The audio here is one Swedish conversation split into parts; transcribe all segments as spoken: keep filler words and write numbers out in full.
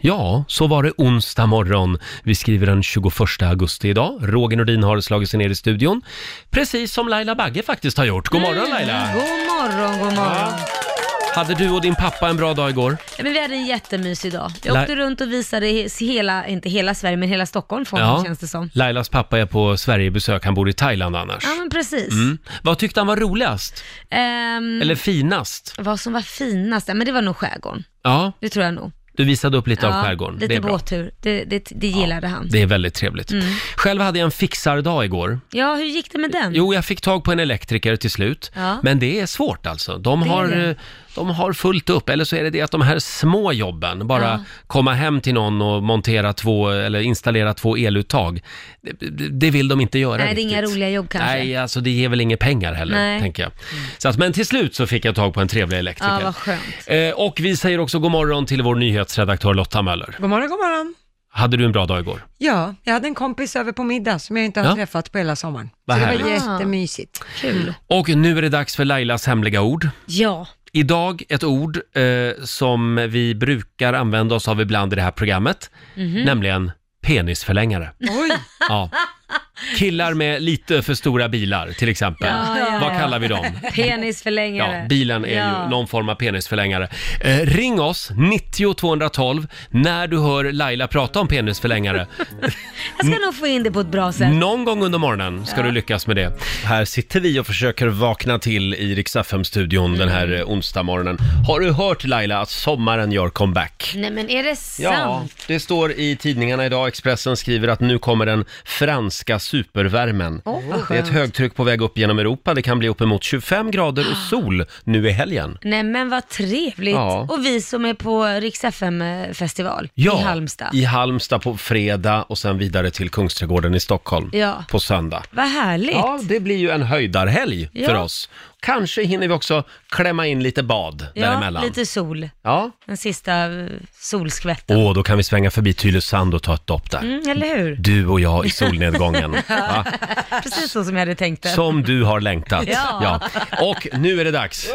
Ja, så var det onsdag morgon. Vi skriver den tjugoförsta augusti idag. Roger Nordin har slagit sig ner i studion. Precis som Laila Bagge faktiskt har gjort. God morgon Laila! Mm, god morgon, god morgon. Ja. Hade du och din pappa en bra dag igår? Ja, men vi hade en jättemysig dag. Jag La- åkte runt och visade hela, inte hela Sverige, men hela Stockholm för honom, känns det som. Lailas pappa är på Sverigebesök. Han bor i Thailand annars. Ja, men precis. Mm. Vad tyckte han var roligast? Ehm, Eller finast? Vad som var finast? Ja, men det var nog skärgården. Ja, Det tror jag nog. du visade upp lite Ja, av skärgården. lite Det är bra. båttur. Det, det, det gillade han. Det är väldigt trevligt. Mm. Själv hade jag en fixardag igår. Ja, hur gick det med den? Jo, jag fick tag på en elektriker till slut. Ja. Men det är svårt alltså. De Det är har, det. de har fullt upp. Eller så är det det att de här små jobben, bara Ja. komma hem till någon och montera två, eller installera två eluttag. Det, det, det vill de inte göra Nej, det är riktigt. inga roliga jobb kanske. Nej, alltså det ger väl inga pengar heller, Nej. tänker jag. Så att, men till slut så fick jag tag på en trevlig elektriker. Ja, vad skönt. Eh, och vi säger också god morgon till vår nyhetsredaktör Lotta Möller. God morgon, god morgon. Hade du en bra dag igår? Ja, jag hade en kompis över på middag som jag inte har Ja. träffat på hela sommaren. Vad Så det härligt. var jättemysigt. Kul. Och nu är det dags för Lailas hemliga ord. Ja. Idag ett ord eh, som vi brukar använda oss av ibland i det här programmet, Mhm. nämligen penisförlängare. Oj, Ja. Killar med lite för stora bilar till exempel. Ja, ja, Vad ja. kallar vi dem? Penisförlängare. Ja, bilen är Ja. ju någon form av penisförlängare. Eh, ring oss, nittio tvåhundratolv, när du hör Laila prata om penisförlängare. Jag ska nog få in det på ett bra sätt. Någon gång under morgonen ska du lyckas med det. Här sitter vi och försöker vakna till i Rix F M-studion den här eh, onsdag morgonen. Har du hört Laila att sommaren gör comeback? Nej, men är det Ja, sant? det står i tidningarna idag. Expressen skriver att nu kommer den franska supervärmen. Åh, vad Det är ett skönt. högtryck på väg upp genom Europa. Det kan bli uppemot tjugofem grader och sol nu i helgen. Nej, men vad trevligt. Ja. Och vi som är på Rix F M-festival Ja, i Halmstad. i Halmstad på fredag och sen vidare till Kungsträdgården i Stockholm Ja. på söndag. Vad härligt. Ja, det blir ju en höjdarhelg Ja. för oss. Kanske hinner vi också klämma in lite bad Ja, däremellan. lite sol. Ja. Den sista eh, solskvätten. Åh, då kan vi svänga förbi Tylösand och ta ett dopp där. Mm, eller hur? Du och jag i solnedgången. Va? Precis så som jag hade tänkt det. Som du har längtat. Ja. Och nu är det dags.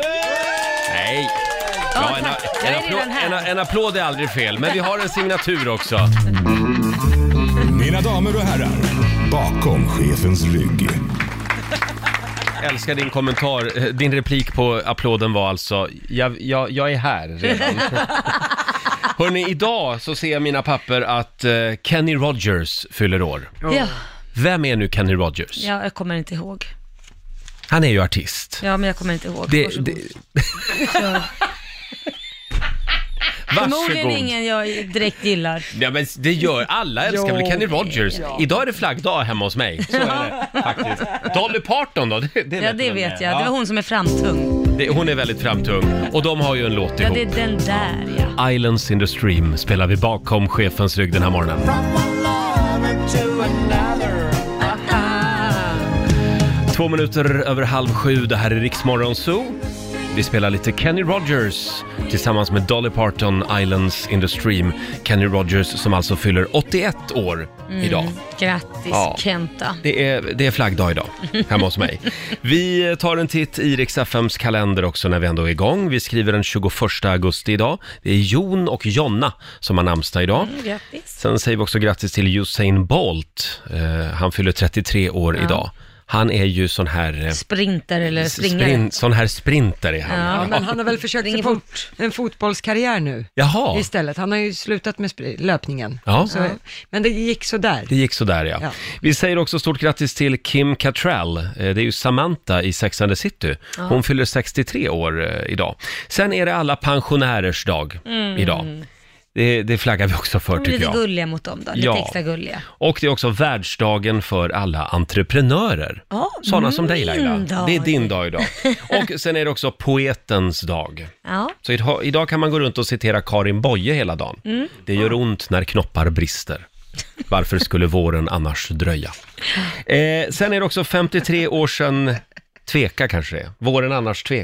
Nej. Ja, en, tack. en, Jag är applåd, redan här. en, en applåd är aldrig fel, men vi har en signatur också. Mina damer och herrar, bakom chefens rygg. Älskar din kommentar. Din replik på applåden var alltså, jag, jag, jag är här redan. Hörrni, idag så ser jag mina papper att eh, Kenny Rogers fyller år. Ja. Vem är nu Kenny Rogers? ja, jag kommer inte ihåg. Han är ju artist. Ja, men jag kommer inte ihåg. Det, Varsågod. det, Så. Förmodligen varsågod. ingen jag direkt gillar. Ja, men det gör alla, älskar väl Jo. Kenny Rogers. Idag är det flaggdag hemma hos mig. Så är det faktiskt. Dolly Parton då? Det, det Ja, det vem vet är. jag. Det var hon som är framtung. Det, hon är väldigt framtung. Och de har ju en låt Ja, ihop. det är den där, ja. Islands in the Stream spelar vi bakom chefens rygg den här morgonen. Två minuter över halv sju, det här är Rix Morgon Zoo. Vi spelar lite Kenny Rogers tillsammans med Dolly Parton, Islands in the Stream. Kenny Rogers som alltså fyller åttioett år idag. Grattis, Ja. Kenta. Det är, det är flaggdag idag hemma hos mig. Vi tar en titt i Rix F M:s kalender också när vi ändå är igång. Vi skriver den tjugoförsta augusti idag. Det är Jon och Jonna som har namnsdag idag. Mm, grattis. Sen säger vi också grattis till Usain Bolt. Eh, han fyller trettiotre år Ja. idag. Han är ju sån här... eh, Sprinter eller springare. sprint, sån här sprinter är han. Ja. ja, men han har väl försökt sig Springer på fort. en fotbollskarriär nu Jaha, istället. Han har ju slutat med spr- löpningen. Ja. Så, men det gick så där. det gick så där ja. Ja. Vi säger också stort grattis till Kim Cattrall. Eh, Det är ju Samantha i Sex and the City. Hon fyller sextiotre år eh, idag. Sen är det alla pensionärers dag idag. Det, det flaggar vi också för De är tycker lite jag. gulliga mot dem då. Lite Ja. extra gulliga. Och det är också världsdagen för alla entreprenörer. Ja, Sådana som dig Laila. min dag. Det är din dag idag. Och sen är det också poetens dag. Ja. Så idag, idag kan man gå runt och citera Karin Boye hela dagen. Mm. Det gör ont när knoppar brister. Varför skulle våren annars dröja? Eh, sen är det också femtiotre år sedan tveka kanske det är. Våren annars tveka.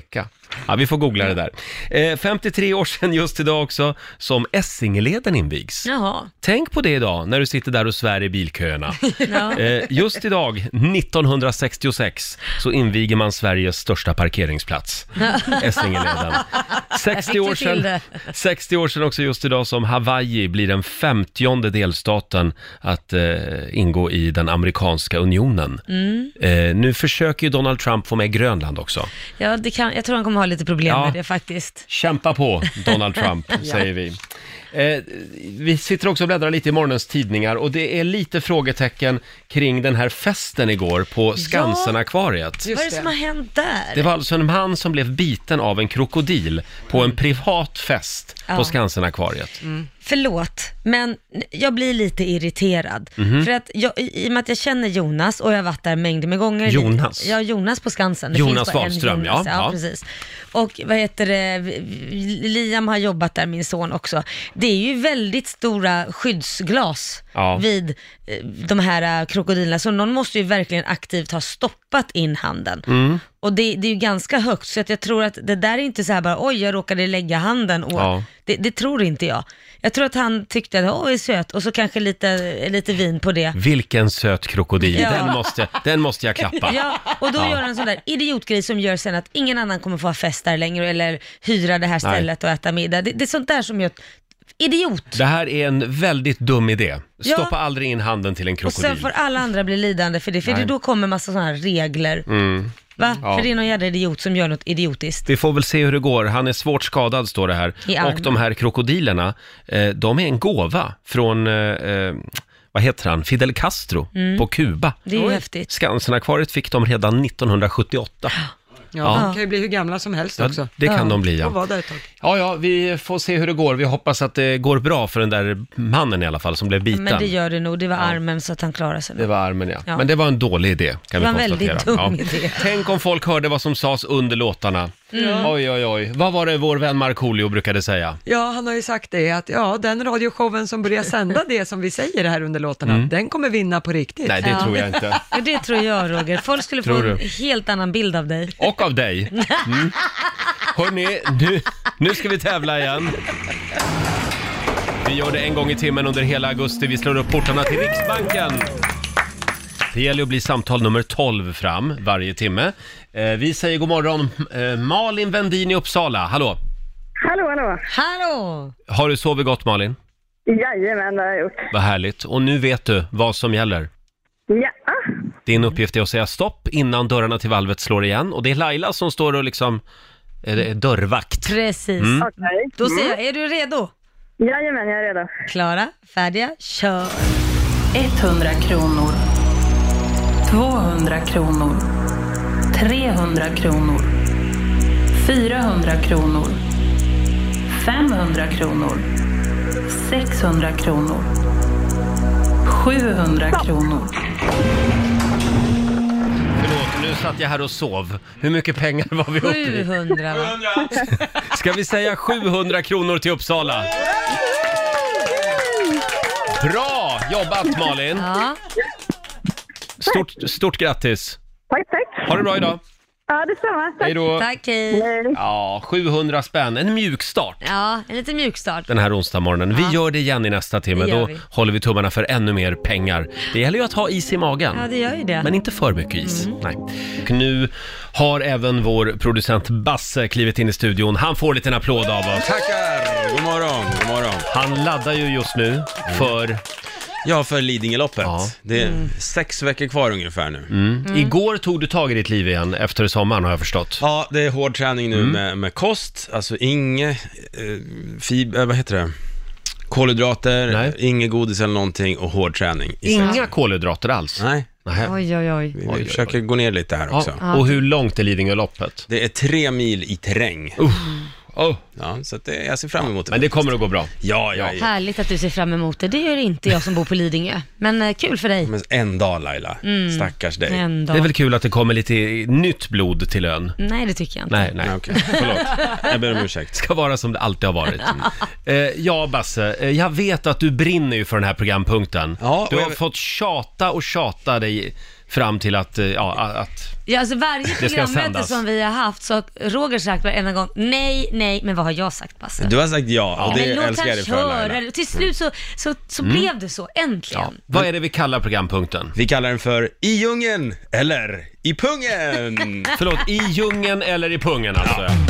Ja, vi får googla det där. Eh, femtiotre år sedan just idag också som Essingeleden invigs. Jaha. Tänk på det idag när du sitter där och svär i bilköerna. Ja. Eh, just idag, nittonhundrasextiosex, så inviger man Sveriges största parkeringsplats. Essingeleden. sextio år sedan, sextio år sedan också just idag som Hawaii blir den femtionde delstaten att eh, ingå i den amerikanska unionen. Mm. Eh, nu försöker ju Donald Trump få med Grönland också. Ja, det kan, jag tror han kommer ha lite problem ja. med det faktiskt. Kämpa på, Donald Trump, säger vi. Eh, vi sitter också och bläddrar lite i morgonens tidningar och det är lite frågetecken kring den här festen igår på Skansen-akvariet. Ja, vad är det som har hänt där? Det var alltså en man som blev biten av en krokodil på en privat fest ja. på Skansen-akvariet. Mm. Förlåt, men jag blir lite irriterad. Mm-hmm. För att jag, i och med att jag känner Jonas och jag har varit där mängder med gånger. Jonas? Ja, Jonas på Skansen. Det Jonas finns Wahlström, Jonas, ja. ja. Ja, precis. Och vad heter det, Liam har jobbat där, min son också. Det är ju väldigt stora skyddsglas ja. vid de här krokodilerna. Så någon måste ju verkligen aktivt ha stoppat in handen. Mm. Och det, det är ju ganska högt, så att jag tror att det där är inte så här bara, oj, jag råkade lägga handen. Och ja. det, det tror inte jag. Jag tror att han tyckte att, åh, är söt, och så kanske lite, lite vin på det. Vilken söt krokodil, ja. den, måste, den måste jag klappa. Ja, och då ja. gör han en sån där idiotgrej som gör sen att ingen annan kommer få ha fest där längre, eller hyra det här stället Nej. och äta middag. Det, det är sånt där som gör... Idiot! Det här är en väldigt dum idé. Stoppa ja. aldrig in handen till en krokodil. Och sen får alla andra bli lidande för det, för det då kommer massa sådana här regler. Mm. Va? Ja. För det är någon jävla idiot som gör något idiotiskt. Vi får väl se hur det går. Han är svårt skadad, står det här. Och de här krokodilerna, eh, de är en gåva från, eh, vad heter han? Fidel Castro mm. på Kuba. Det är ju häftigt. Skansen-akvariet fick de redan nittonhundrasjuttioåtta. Ja, ja, de kan ju bli hur gamla som helst också. Ja, det kan ja. de bli, ja. Och vara där ett tag. Ja, ja, vi får se hur det går. Vi hoppas att det går bra för den där mannen i alla fall som blev biten. Men det gör det nog. Det var ja. armen så att han klarar sig. Det var armen, ja. ja. Men det var en dålig idé, kan vi konstatera. Det var en väldigt dum ja. idé. Tänk om folk hörde vad som sades under låtarna. Mm. Oj, oj, oj. Vad var det vår vän Markoolio brukade säga? Ja, han har ju sagt det att ja, den radioshowen som börjar sända det som vi säger här under låtarna, mm. den kommer vinna på riktigt. Nej, det ja. tror jag inte. Ja, det tror jag, Roger. Folk skulle tror få du? en helt annan bild av dig. Och av dig. Mm. Hörrni, nu, nu ska vi tävla igen. Vi gör det en gång i timmen under hela augusti. Vi slår upp portarna till Riksbanken. Det gäller att bli samtal nummer tolv fram varje timme. Eh, vi säger god morgon. Eh, Malin Vendin i Uppsala, hallå. Hallå, hallå. Hallå! Har du sovit gott, Malin? Jajamän, det har jag gjort. Vad härligt. Och nu vet du vad som gäller. Ja. Din uppgift är att säga stopp innan dörrarna till valvet slår igen. Och det är Laila som står och liksom är dörrvakt. Precis. Mm. Okej. Okay. Då säger jag, är du redo? Jajamän, jag är redo. Klara, färdiga, kör. hundra kronor. tvåhundra kronor. trehundra kronor. fyrahundra kronor. femhundra kronor. sexhundra kronor. sjuhundra kronor. Förlåt, nu satt jag här och sov. Hur mycket pengar var vi uppe i? sjuhundra, va? Ska vi säga sjuhundra kronor till Uppsala? Bra jobbat, Malin! Ja. Stort, stort grattis! Tack, tack. Ha det bra idag! Ja, detsamma. Hej då! Tack, hej. Ja, sjuhundra spänn. En mjuk start Ja, en liten mjukstart. den här onsdagsmorgonen. Vi Ja. gör det igen i nästa timme. Det gör Då vi. håller vi tummarna för ännu mer pengar. Det gäller ju att ha is i magen. Ja, det gör ju det. Men inte för mycket is. Nej. Och nu har även vår producent Basse klivit in i studion. Han får lite en applåd av oss. Tackar! God morgon, god morgon. Han laddar ju just nu för... Ja, för Lidingöloppet. Ja. Det är sex veckor kvar ungefär nu. Mm. Mm. Igår tog du tag i ditt liv igen efter sommaren, har jag förstått. Ja, det är hård träning nu Mm. med, med kost. Alltså inget eh, fiber, vad heter det? Kolhydrater, Nej. inget godis eller någonting och hård träning. i Inga sex. kolhydrater alls? Nej, Nej. Oj, oj, oj. vi, vi Oj, oj, försöker oj. gå ner lite här också. Ja. Och hur långt är Lidingöloppet? Det är tre mil i terräng. Uh. Oh. Ja, så att det, jag ser fram emot det. Men det kommer att gå bra. Ja, ja, ja. Härligt att du ser fram emot det. Det gör inte jag som bor på Lidingö. Men eh, kul för dig. Men en dag, Laila. Stackars dig. En dag. Det är väl kul att det kommer lite nytt blod till ön. Nej, det tycker jag inte. Nej, nej. Nej, okej. Förlåt. Jag ber om ursäkt. Ska vara som det alltid har varit. eh, ja, Basse, eh, jag vet att du brinner ju för den här programpunkten. Ja, du och har jag- fått tjata och tjata dig fram till att, ja, att Ja, alltså varje programmöte sändas. som vi har haft så har Roger sagt varenda gång, nej, nej, men vad har jag sagt, Basse? Du har sagt ja, och det men låt älskar jag han dig för, Laila. köra. Till slut så, så, så blev det så, äntligen. ja. Vad är det vi kallar programpunkten? Vi kallar den för I djungeln eller I pungen. Förlåt, i djungeln eller i pungen alltså. Ja.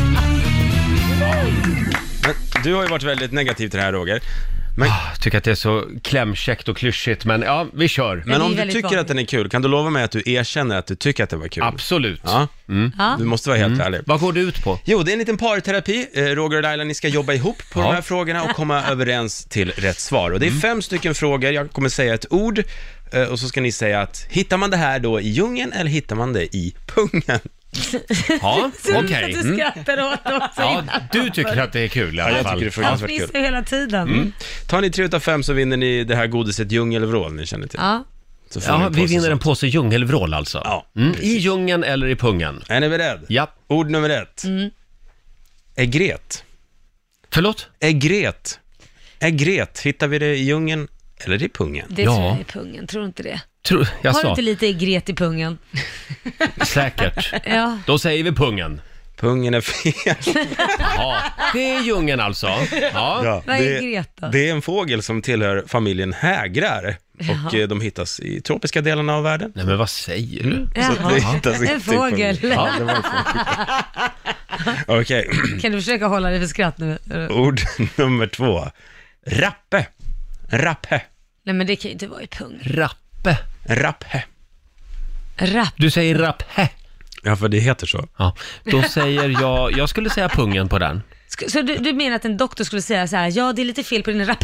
Men du har ju varit väldigt negativ till det här, Roger. Men, Jag tycker att det är så klämkäckt och klyschigt, men ja, vi kör. men det är om du väldigt tycker vanligt. att den är kul, kan du lova mig att du erkänner att du tycker att det var kul? Absolut. Ja, Ja. du måste vara helt ärlig. Vad går det ut på? Jo, det är en liten parterapi. Eh, Roger och Laila, ni ska jobba ihop på Ja. de här frågorna och komma överens till rätt svar. Och det är fem stycken frågor, jag kommer säga ett ord eh, och så ska ni säga att hittar man det här då i djungeln eller hittar man det i pungen? Ja, okej. Okay. Du skrattar åt också Ja, innan. du tycker att det är kul i alla jag fall. tycker det är Han fruktansvärt kul. fnissar hela tiden. Tar ni tre utav fem så vinner ni det här godiset djungelvrål ni känner till. Ja. Så får ni Ja, en vi påse vinner en sånt. påse djungelvrål alltså. Ja, Mm. I djungeln eller i pungen? Är ni beredd? Ja. Ord nummer ett. Mm. Äggret. Förlåt? Äggret. Äggret. Hittar vi det i djungeln eller i pungen? Det Ja. tror jag är pungen, tror du inte det? Tror, jag Har du sa, inte lite gret i pungen? säkert. Ja. Då säger vi pungen. Pungen är fel. Ja, det är djungeln alltså. Ja. Ja, Vad är det, äggret då? det är en fågel som tillhör familjen hägrar. Och eh, de hittas i tropiska delarna av världen. Nej men vad säger du? Jaha. Så det hittas inte En i pungen. fågel. Ja, det var en fågel. Okej, Kan du försöka hålla dig för skratt nu? ord nummer två. Rappe. Rappe. Nej, men det kan ju inte vara i pung. Rappe. Rappe. Rapp. Du säger rappe. Ja, för det heter så. Ja, då säger jag, jag skulle säga pungen på den. Sk- Så du, du menar att en doktor skulle säga så här, ja det är lite fel på din rapp.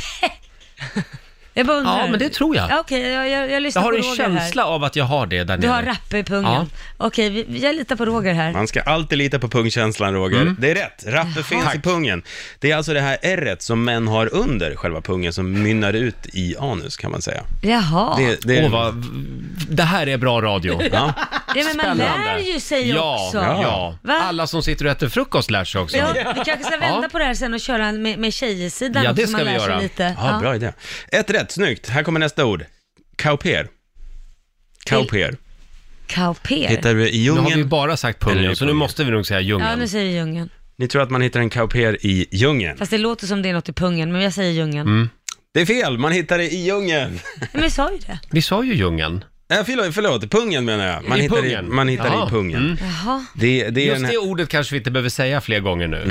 Jag bara undrar. Ja, men det tror jag. Ja, Okej, jag, jag, jag Jag lyssnar har på en Roger känsla här. av att jag har det där Du nere. har rappe i pungen. Okej, vi, jag litar på Roger här. Man ska alltid lita på pungkänslan, Roger. Mm. Det är rätt. Rappe finns i pungen. Det är alltså det här ärret som män har under själva pungen som mynnar ut i anus, kan man säga. Jaha. Det, det är Åh, vad, det här är bra radio. Ja. ja, men man Spännande. lär ju sig Ja, också. ja. Va? Alla som sitter och äter frukost lär sig också. Ja, vi kanske ska vända Ja. på det här sen och köra med, med tjejsidan Ja, också, det så ska man vi lär sig göra. lite. Ja, bra idé. Ett rätt, snyggt. Här kommer nästa ord. Kauper. Kauper. Kauper. Hittar vi i Nu har vi djungeln? bara sagt Eller i pungen, så nu pungen. måste vi nog säga djungeln. Ja, nu säger vi djungeln. Ni tror att man hittar en kauper i djungeln? Fast det låter som det är något i pungen, men jag säger djungeln. Mm. Det är fel, man hittar det i djungeln. Men vi sa ju det. Vi sa ju djungeln. Äh, förlåt, förlåt, pungen menar jag. Man I hittar, i, pungen? man hittar Jaha. i pungen. Mm. Jaha. Det, det är Just en, det ordet kanske vi inte behöver säga fler gånger nu.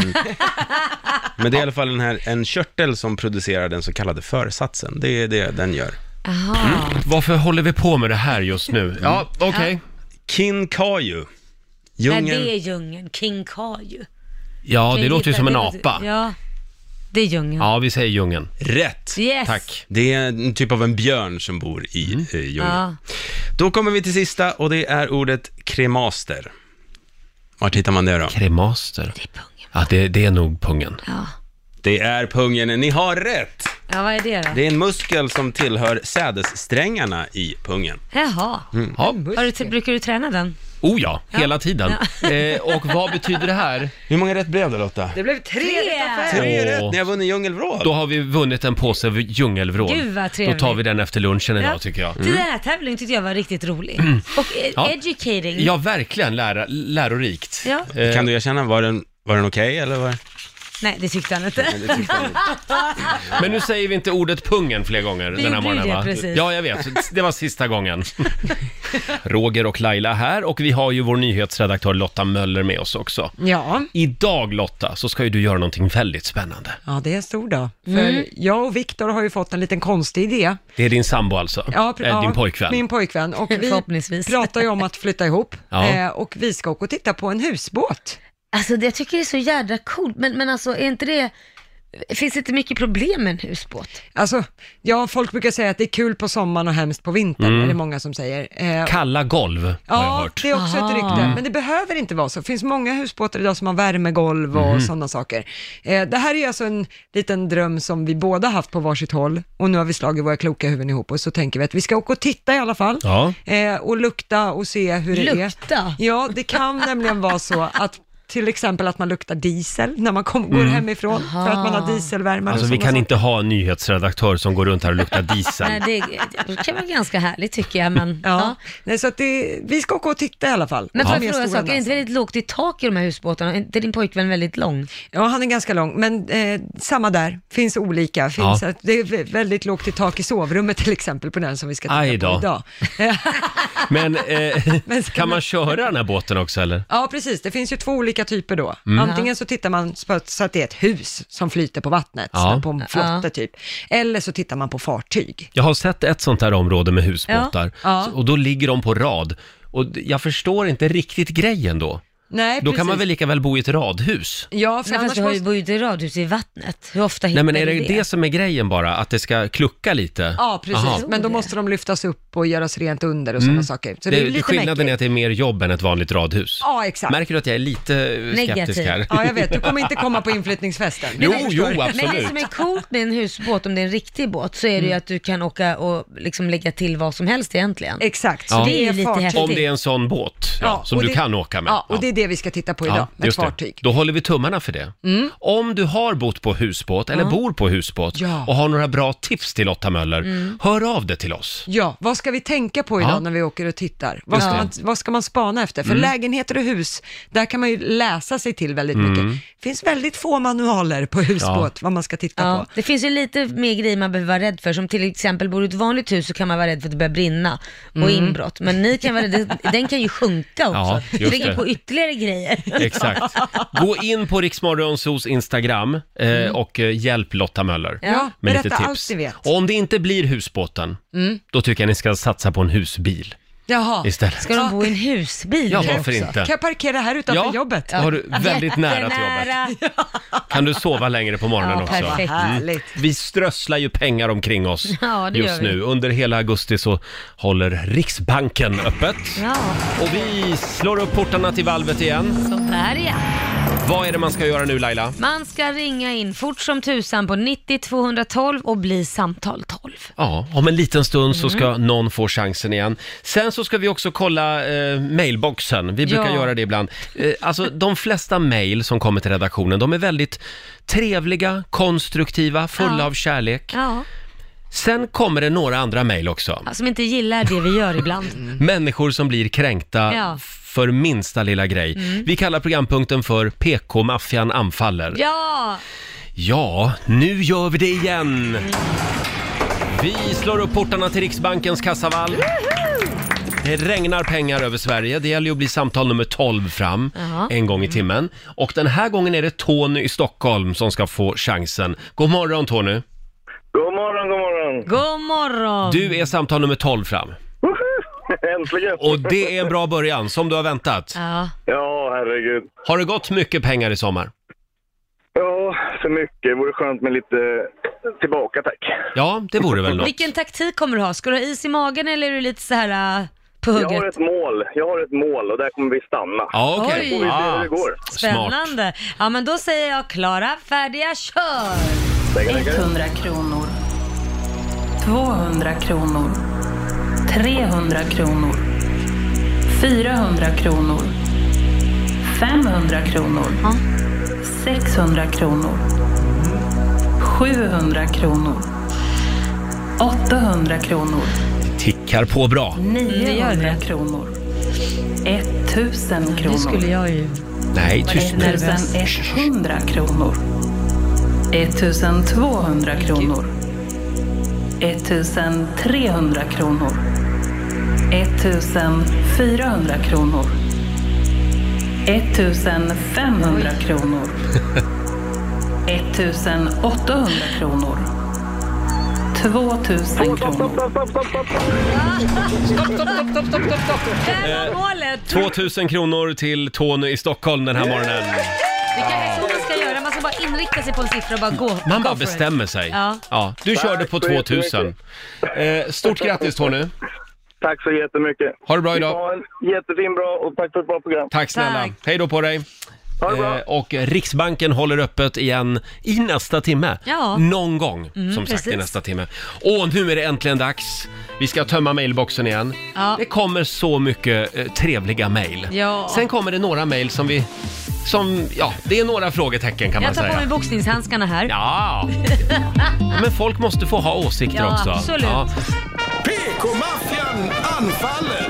men det är i alla fall den här, en körtel som producerar den så kallade försatsen. Det är det den gör. Jaha. Varför håller vi på med det här just nu? Ja, okej. Kinkaju. Nej, Djungeln. det är djungeln. King Kaju. Ja, det Kan låter ju hitta- som en det låter- apa. Ja, det är djungeln. Ja, vi säger djungeln. Rätt. Yes. Tack. Det är en typ av en björn som bor i mm. eh, djungeln. Ja. Då kommer vi till sista och det är ordet kremaster. Vart hittar man det då? Kremaster. Det är pungen. Ja, det, det är nog pungen. Ja. Det är pungen. Ni har rätt. Ja, vad är det då? Det är en muskel som tillhör sädessträngarna i pungen. Jaha. Ja. Har du t- brukar du träna den? Oh ja, hela tiden. Eh, och vad betyder det här? Hur många rätt blev det, Lotta? Det blev tre, Tre. utav fem. Tre Åh. rätt. Ni har vunnit djungelvrål. Då har vi vunnit en påse djungelvrål. Gud, vad Då trevligt. tar vi den efter lunchen idag Ja. tycker jag. Den här tävlingen tyckte jag var riktigt rolig. Och eh, Ja. educating. Ja, verkligen lära, lärorikt. Ja. Eh, Kan du erkänna, var den, var den okej eller var? Nej, det tyckte han inte. Nej, det tyckte jag inte. Men nu säger vi inte ordet pungen fler gånger den här gjorde morgonen, det, va? precis. Ja, jag vet. Det var sista gången. Roger och Laila här och vi har ju vår nyhetsredaktör Lotta Möller med oss också. Ja, Idag Lotta, så ska ju du göra någonting väldigt spännande. ja, det är en stor dag. För Mm. jag och Viktor har ju fått en liten konstig idé. Det är din sambo alltså? Ja, pr- Eh, din ja, pojkvän? Min pojkvän. Och vi Förhoppningsvis. pratar ju om att flytta ihop. Ja. eh, och vi ska åka och titta på en husbåt. Alltså det, jag tycker det är så jädra coolt, men, men alltså är inte det, finns det inte mycket problem med en husbåt? Alltså, ja, folk brukar säga att det är kul på sommaren och hemskt på vintern, Mm. är det många som säger. Eh, Kalla golv, har jag Ja, hört. det är också Aha. ett rykte, men det behöver inte vara så. Det finns många husbåtar idag som har värmegolv och Mhm. sådana saker. Eh, det här är alltså en liten dröm som vi båda haft på varsitt håll och nu har vi slagit våra kloka huvuden ihop och så tänker vi att vi ska åka och titta i alla fall Ja. eh, och lukta och se hur det är. Lukta? Ja, det kan nämligen vara så att till exempel att man luktar diesel när man kom, går Mm. hemifrån Aha. för att man har dieselvärmare. Alltså och vi sådana kan saker. inte ha en nyhetsredaktör som går runt här och luktar diesel. Nej, det, det kan vara ganska härligt tycker jag, men Ja. ja. Nej, så att det, vi ska åka och titta i alla fall. Men Och får ta jag med fråga en stora sak, är det inte näsan. väldigt lågt i tak i de här husbåtarna? Är inte din pojkvän väldigt lång? Ja, han är ganska lång, men eh, samma där. Finns olika. Finns Ja. att, det är vä- väldigt lågt i tak i sovrummet till exempel på den som vi ska titta Aj då. på idag. Men eh, Men- kan man köra den här båten också eller? Ja, precis. Det finns ju två olika typer då. Mm. Antingen så tittar man på, så att det är ett hus som flyter på vattnet, Ja. så på en flotte Ja. typ. Eller så tittar man på fartyg. Jag har sett ett sånt här område med husbåtar Ja. och då ligger de på rad. Och jag förstår inte riktigt grejen då. Nej, Då precis. kan man väl lika väl bo i ett radhus? Ja, för Nej, annars fast du har ju måste... bor ju i ett radhus i vattnet. Hur ofta hittar Nej men är du det det? det som är grejen bara? Att det ska klucka lite? Ja, precis. Aha. Men då måste de lyftas upp och göras rent under och sådana saker. Så det, är Det, lite skillnaden mäckigt. är att det är mer jobb än ett vanligt radhus. Ja, exakt. Märker du att jag är lite skeptisk Negativ. här? Ja, jag vet. Du kommer inte komma på inflyttningsfesten. Jo, Jag jo, förstår. absolut. Men det som är coolt med en husbåt, om det är en riktig båt, så är det ju att du kan åka och liksom lägga till vad som helst egentligen. Exakt. Så Ja. Det är ju lite fartyg. häftigt. Om det är en sån båt ja, Ja, som och du det- kan åka med. Ja, och det är det vi ska titta på idag, Ja, med ett just det. fartyg. Då håller vi tummarna för det. Om du har bott på husbåt eller bor på husbåt Ja. och har några bra tips till Lotta Möller, hör av det till oss. Ja, vad ska vi tänka på idag Ja. när vi åker och tittar? Vad ska, Just man, det. vad ska man spana efter? För lägenheter och hus, där kan man ju läsa sig till väldigt mycket. Det finns väldigt få manualer på husbåt, vad man ska titta Ja, på. det finns ju lite mer grejer man behöver vara rädd för, som till exempel bor du i ett vanligt hus så kan man vara rädd för att det börjar brinna och inbrott, men ni kan vara rädda, den kan ju sjunka också. Ja, det just ligger det. på ytterligare grejer. Exakt. Gå in på Riksmorgonsos Instagram eh, och eh, hjälp Lotta Möller. Ja, med berätta lite tips. allt ni vet. Och om det inte blir husbåten, då tycker jag ni ska satsa på en husbil Jaha. istället. Ska de bo i en husbil Ja, nu varför också? inte? Kan jag parkera här utanför Ja. jobbet? Då har du väldigt nära till jobbet. Jättenära. Kan du sova längre på morgonen Ja, också? perfekt. Härligt. Vi strösslar ju pengar omkring oss Ja, det just gör vi. nu. Under hela augusti så håller Riksbanken öppet. Ja, Och vi slår upp portarna till valvet igen. så där ja. Vad är det man ska göra nu Laila? Man ska ringa in fort som tusan på nittio tvåhundratolv och bli samtal tolv. Ja, om en liten stund så ska Mm. någon få chansen igen. Sen så ska vi också kolla eh, mailboxen. Vi brukar Ja. göra det ibland. Eh, alltså de flesta mail som kommer till redaktionen, de är väldigt trevliga, konstruktiva, fulla Ja. av kärlek. Ja, Sen kommer det några andra mail också. som inte gillar det vi gör ibland. Människor som blir kränkta Ja. för minsta lilla grej. Vi kallar programpunkten för P K-maffian anfaller. Ja, Ja, nu gör vi det igen! Vi slår upp portarna till Riksbankens kassavalv. Det regnar pengar över Sverige. Det gäller ju att bli samtal nummer tolv fram Jaha. en gång i timmen. Och den här gången är det Tony i Stockholm som ska få chansen. God morgon Tony! God morgon, god morgon. god morgon. Du är samtal nummer tolv fram. Äntligen. Och det är en bra början, som du har väntat. Ja, Ja, herregud. Har det gått mycket pengar i sommar? Ja, för mycket. Det vore skönt med lite tillbaka, tack. Ja, det vore väl något. vilken taktik kommer du ha? Ska du ha is i magen eller är du lite så här äh, på Jag har hugget? ett mål. Jag har ett mål och där kommer vi stanna. Ja, okej. Oj. Får vi se Ah, hur det går. smart. Spännande. Ja, men då säger jag klara, färdiga, kör! hundra kronor. tvåhundra kronor. trehundra kronor. fyrahundra kronor. femhundra kronor. Ja. sexhundra kronor. sjuhundra kronor. åttahundra kronor. Tickar på bra. niohundra kronor. tusen Nu kronor. skulle jag ju... Nej, tyst nu. etthundra kronor. etthundratvåhundra kronor. etthundratrehundra kronor. etthundrafyrahundra kronor. etthundrafemhundra kronor. ettusenåttahundra kronor. tvåtusen kronor. Där var målet! tvåtusen kronor till Tony i Stockholm den här morgonen. Det kanske är så man ska göra, man ska bara inrikta sig på en siffra och bara gå. Man go bara for it. bestämmer sig. Ja. Ja, du körde på så tvåtusen. Eh, stort grattis Tony. Tack så jättemycket. Ha det bra Ni idag. får ha en jättefin bra och tack för ett bra program. Tack snälla. Tack. Hej då på dig. Ha det bra. Eh, och Riksbanken håller öppet igen i nästa timme. Ja. Någon gång, som sagt, precis. i nästa timme. Och nu är det äntligen dags. Vi ska tömma mailboxen igen. Ja. Det kommer så mycket eh, trevliga mail. Ja. Sen kommer det några mail som vi som, ja, det är några frågetecken kan man Jag tar säga. på mig boxningshandskarna här. Ja, men folk måste få ha åsikter Ja, också. absolut. Ja. P K-maffian anfaller!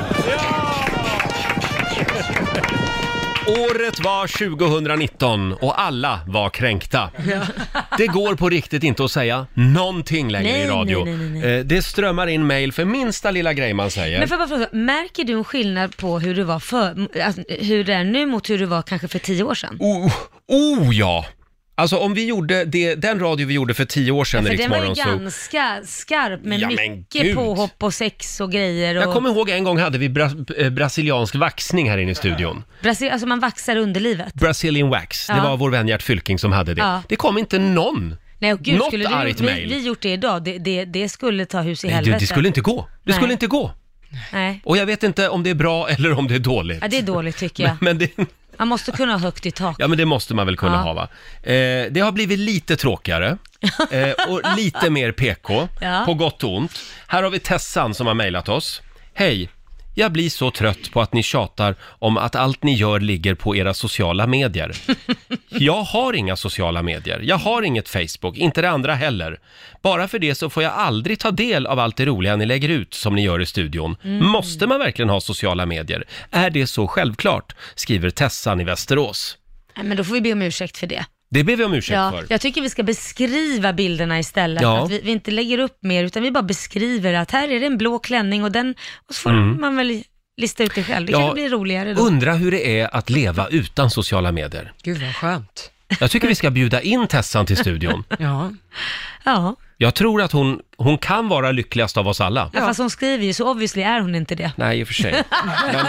Året var tjugohundranitton och alla var kränkta. Det går på riktigt inte att säga någonting längre Nej, i radio. nej, nej, nej. Eh, Det strömmar in mejl för minsta lilla grej man säger. Men får jag bara fråga, märker du en skillnad på hur du var för, alltså, hur det är nu mot hur du var kanske för tio år sedan? Oh, oh ja! Alltså om vi gjorde det, den radio vi gjorde för tio år sedan Ja, i för den var ju Riksmorgon så... ganska skarp med Ja, men mycket gud. påhopp och sex och grejer. Och... Jag kommer ihåg en gång hade vi bra- eh, brasiliansk vaxning här inne i studion. Brasil, alltså man vaxar underlivet. Brazilian wax, det Ja. var vår vän Gert Fylking som hade det. Ja. Det kom inte någon. Nej, och gud, Något skulle du, argt vi, mejl. vi gjort det idag, det, det, det skulle ta hus i Nej, det, helvete. det skulle inte gå. Det Nej. skulle inte gå. Nej, Och jag vet inte om det är bra eller om det är dåligt. ja, det är dåligt tycker jag. Men, men det... Man måste kunna ha högt i tak. Ja, men det måste man väl kunna Ja. ha, va? Eh, det har blivit lite tråkigare eh, och lite mer P K, Ja. på gott och ont. Här har vi Tessan som har mejlat oss. Hej, jag blir så trött på att ni tjatar om att allt ni gör ligger på era sociala medier. Jag har inga sociala medier, jag har inget Facebook, inte det andra heller. Bara för det så får jag aldrig ta del av allt det roliga ni lägger ut som ni gör i studion. Mm. Måste man verkligen ha sociala medier? Är det så självklart? Skriver Tessan i Västerås. Nej, men då får vi be om ursäkt för det. Det ber vi om ursäkt Ja, för. jag tycker vi ska beskriva bilderna istället. Ja. Att vi, vi inte lägger upp mer, utan vi bara beskriver att här är det en blå klänning och den, och så får Mm. man väl lista ut det själv. Det Ja, kan bli roligare då. Undra hur det är att leva utan sociala medier. Gud vad skönt. Jag tycker vi ska bjuda in Tessan till studion. Ja. Ja. Jag tror att hon, hon kan vara lyckligast av oss alla. Ja, fast hon skriver ju så obviously är hon inte det. Nej, i och för sig. Men,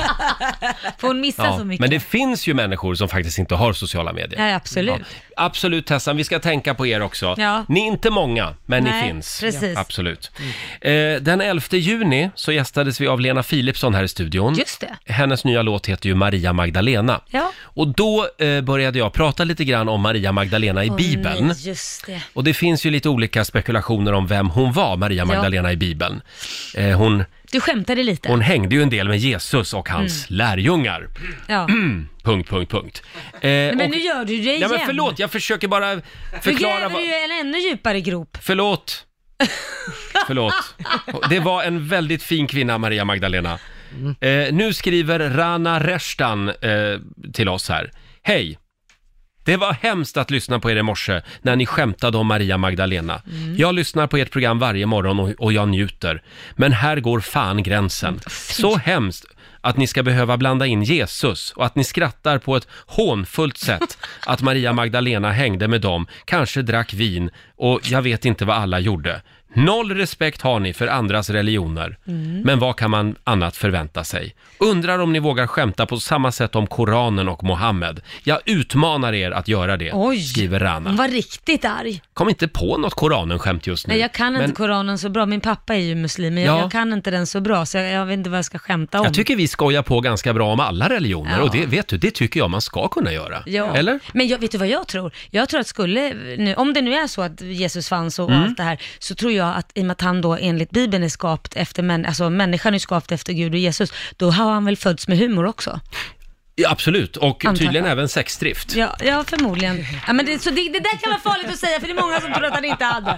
För hon missar ja, så mycket. men det finns ju människor som faktiskt inte har sociala medier. Ja, absolut. Ja, absolut Tessan, vi ska tänka på er också. Ja. Ni är inte många, men Nej, ni finns. precis. Absolut. Eh, den elfte juni så gästades vi av Lena Philipsson här i studion. Just det. Hennes nya låt heter ju Maria Magdalena. Ja. Och då eh, började jag prata lite grann om Maria Magdalena i Åh, Bibeln. nej, just det. Och det finns ju lite olika spekulationer om vem hon var, Maria Magdalena i Bibeln. Eh, hon, Du skämtade lite. hon hängde ju en del med Jesus och hans lärjungar. Ja. Punkt, punkt, punkt. Eh, Men och, nu gör du det igen. ja, men förlåt, jag försöker bara Du förklara. gräver vad- ju en ännu djupare grop. Förlåt. Förlåt. Det var en väldigt fin kvinna, Maria Magdalena. Eh, nu skriver Rana Reshtan eh, till oss här. Hej. Det var hemskt att lyssna på er i morse när ni skämtade om Maria Magdalena. Jag lyssnar på ert program varje morgon och, och jag njuter. Men här går fan gränsen. Så hemskt att ni ska behöva blanda in Jesus och att ni skrattar på ett hånfullt sätt att Maria Magdalena hängde med dem, kanske drack vin och jag vet inte vad alla gjorde. Noll respekt har ni för andras religioner. Mm. Men vad kan man annat förvänta sig? Undrar om ni vågar skämta på samma sätt om Koranen och Mohammed. Jag utmanar er att göra det, Oj. skriver Rana. Hon var riktigt arg. Kom inte på något Koranen-skämt just nu. Nej, jag kan Men inte Koranen så bra. Min pappa är ju muslim, men jag, Ja. jag kan inte den så bra, så jag, jag vet inte vad jag ska skämta om. jag tycker vi skojar på ganska bra om alla religioner Ja. och det, vet du, det tycker jag man ska kunna göra. Ja. Eller? Men jag, vet du vad jag tror? Jag tror att skulle, nu, om det nu är så att Jesus fanns och Mm. allt det här, så tror jag att i och med att han då enligt Bibeln är skapt efter, män, alltså människan är skapt efter Gud och Jesus, då har han väl fötts med humor också? Ja, absolut, och Antar tydligen jag. även sexdrift. Ja, ja förmodligen. Ja, men det, så det, det där kan vara farligt att säga, för det är många som tror att han inte hade.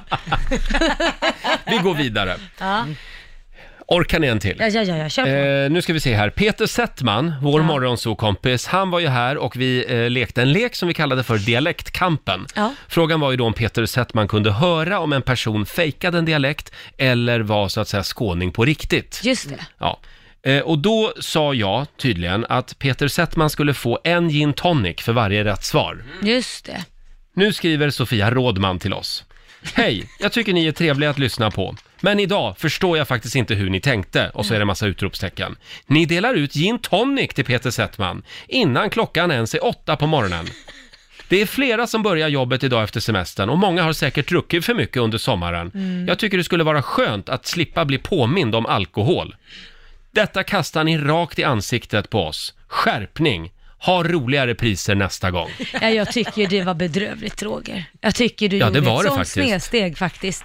Vi går vidare. Ja, Orkar ni en till? ja, ja, ja kör på. Eh, nu ska vi se här. Peter Settman, vår Ja. morgonsokompis, han var ju här och vi eh, lekte en lek som vi kallade för dialektkampen. Ja. Frågan var ju då om Peter Settman kunde höra om en person fejkade en dialekt eller var så att säga skåning på riktigt. Just det. Ja. Eh, och då sa jag tydligen att Peter Settman skulle få en gin tonic för varje rätt svar. Just det. Nu skriver Sofia Rådman till oss. Hej, jag tycker ni är trevliga att lyssna på. Men idag förstår jag faktiskt inte hur ni tänkte. Och så är det massa utropstecken. Ni delar ut gin tonic till Peter Settman innan klockan ens är åtta på morgonen. Det är flera som börjar jobbet idag efter semestern och många har säkert druckit för mycket under sommaren. Mm. Jag tycker det skulle vara skönt att slippa bli påmind om alkohol. Detta kastar ni rakt i ansiktet på oss. Skärpning. Ha roligare priser nästa gång. Ja, jag tycker det var bedrövligt, Roger. Jag tycker du Ja, det gjorde var ett det sånt faktiskt. snedsteg faktiskt.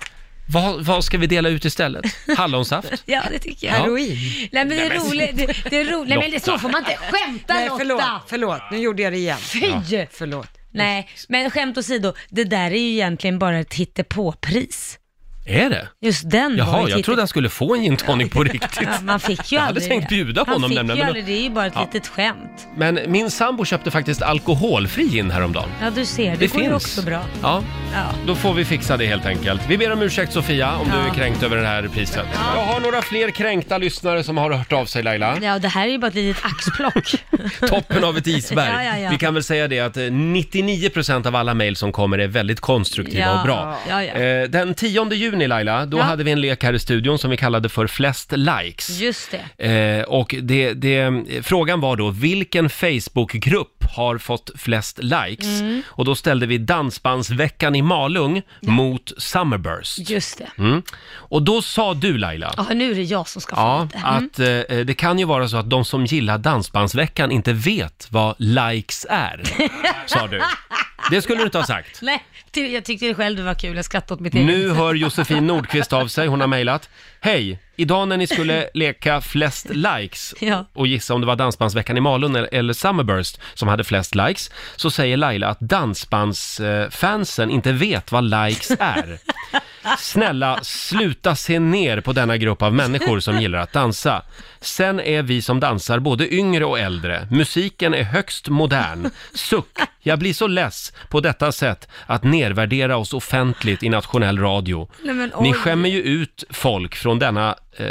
Vad, vad ska vi dela ut istället? Hallonsaft? Ja, det tycker jag. Heroin. Nej, men det är roligt. Det, det är roligt. Nej, men det, så får man inte skämta, Nej, Lotta. förlåt, förlåt. Nu gjorde jag det igen. Fy! Ja, förlåt. Nej, men skämt åsido, det där är ju egentligen bara ett hittepåpris. Är det? Just den Jaha, var ett jag hitte- trodde han skulle få en gin tonic på riktigt. Ja, man fick ju Jag hade aldrig tänkt det. bjuda honom Han fick nämligen, ju men- aldrig, det är ju bara ett Ja. litet skämt. Men min sambo köpte faktiskt alkoholfri gin häromdagen. Ja, du ser, det, Det går ju finns. också bra. Ja, Ja. då får vi fixa det helt enkelt. Vi ber om ursäkt Sofia om du Ja. är kränkt över det här priset. Jag har några fler kränkta lyssnare som har hört av sig, Laila. Ja, det här är ju bara ett litet axplock. Toppen av ett isberg. Ja, ja, ja. Vi kan väl säga det att eh, nittionio procent av alla mejl som kommer är väldigt konstruktiva Ja, och bra. ja, ja. Eh, Den tionde juni, Laila, då Ja. hade vi en lek här i studion som vi kallade för flest likes. Just det. Eh, och det, det, frågan var då, vilken Facebookgrupp har fått flest likes? Mm. Och då ställde vi Dansbandsveckan i Malung mot Summerburst. Just det. Mm. Och då sa du, Laila, Ja, nu är det jag som ska få ja, lite. Mm. att eh, det kan ju vara så att de som gillar Dansbandsveckan inte vet vad likes är, sa du. Det skulle du inte ha sagt. Nej, ty- jag tyckte det själv det var kul. Jag skrattade åt mitt eget. Nu hör Josefin Nordqvist av sig, hon har mejlat. Hej, idag när ni skulle leka flest likes Ja. och gissa om det var Dansbandsveckan i Malung eller, eller Summerburst som hade flest likes, så säger Laila att dansbandsfansen inte vet vad likes är. Snälla, sluta se ner på denna grupp av människor som gillar att dansa. Sen är vi som dansar både yngre och äldre. Musiken är högst modern. Suck, jag blir så less på detta sätt att nedvärdera oss offentligt i nationell radio. Nej, men Ni oj. skämmer ju ut folk från denna eh,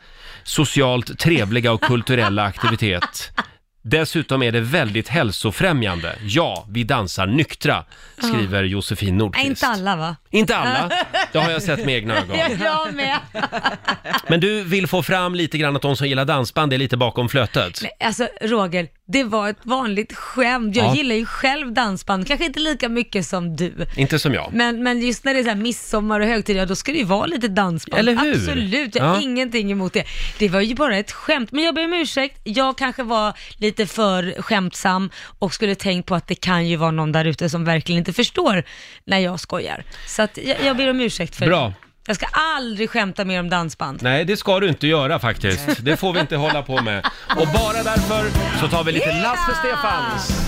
socialt trevliga och kulturella aktivitet. Dessutom är det väldigt hälsofrämjande. Ja, vi dansar nyktra, skriver Josefin Nej, Nordqvist. inte alla va? Inte alla, det har jag sett med egna ögon. Jag med. Men du vill få fram lite grann att de som gillar dansband är lite bakom flötet. Nej, alltså Roger, det var ett vanligt skämt. Jag Ja. gillar ju själv dansband, kanske inte lika mycket som du. Inte som jag. Men, men just när det är så här midsommar och högtid, ja, då ska det ju vara lite dansband. Eller hur? Absolut, jag har Ja. ingenting emot det. Det var ju bara ett skämt, men jag ber om ursäkt. Jag kanske var lite för skämtsam och skulle tänkt på att det kan ju vara någon där ute som verkligen inte förstår när jag skojar. Så att jag, jag ber om ursäkt för Bra. det. Jag ska aldrig skämta mer om dansband. Nej, det ska du inte göra faktiskt. Det får vi inte hålla på med. Och bara därför så tar vi lite Lasse Stefans.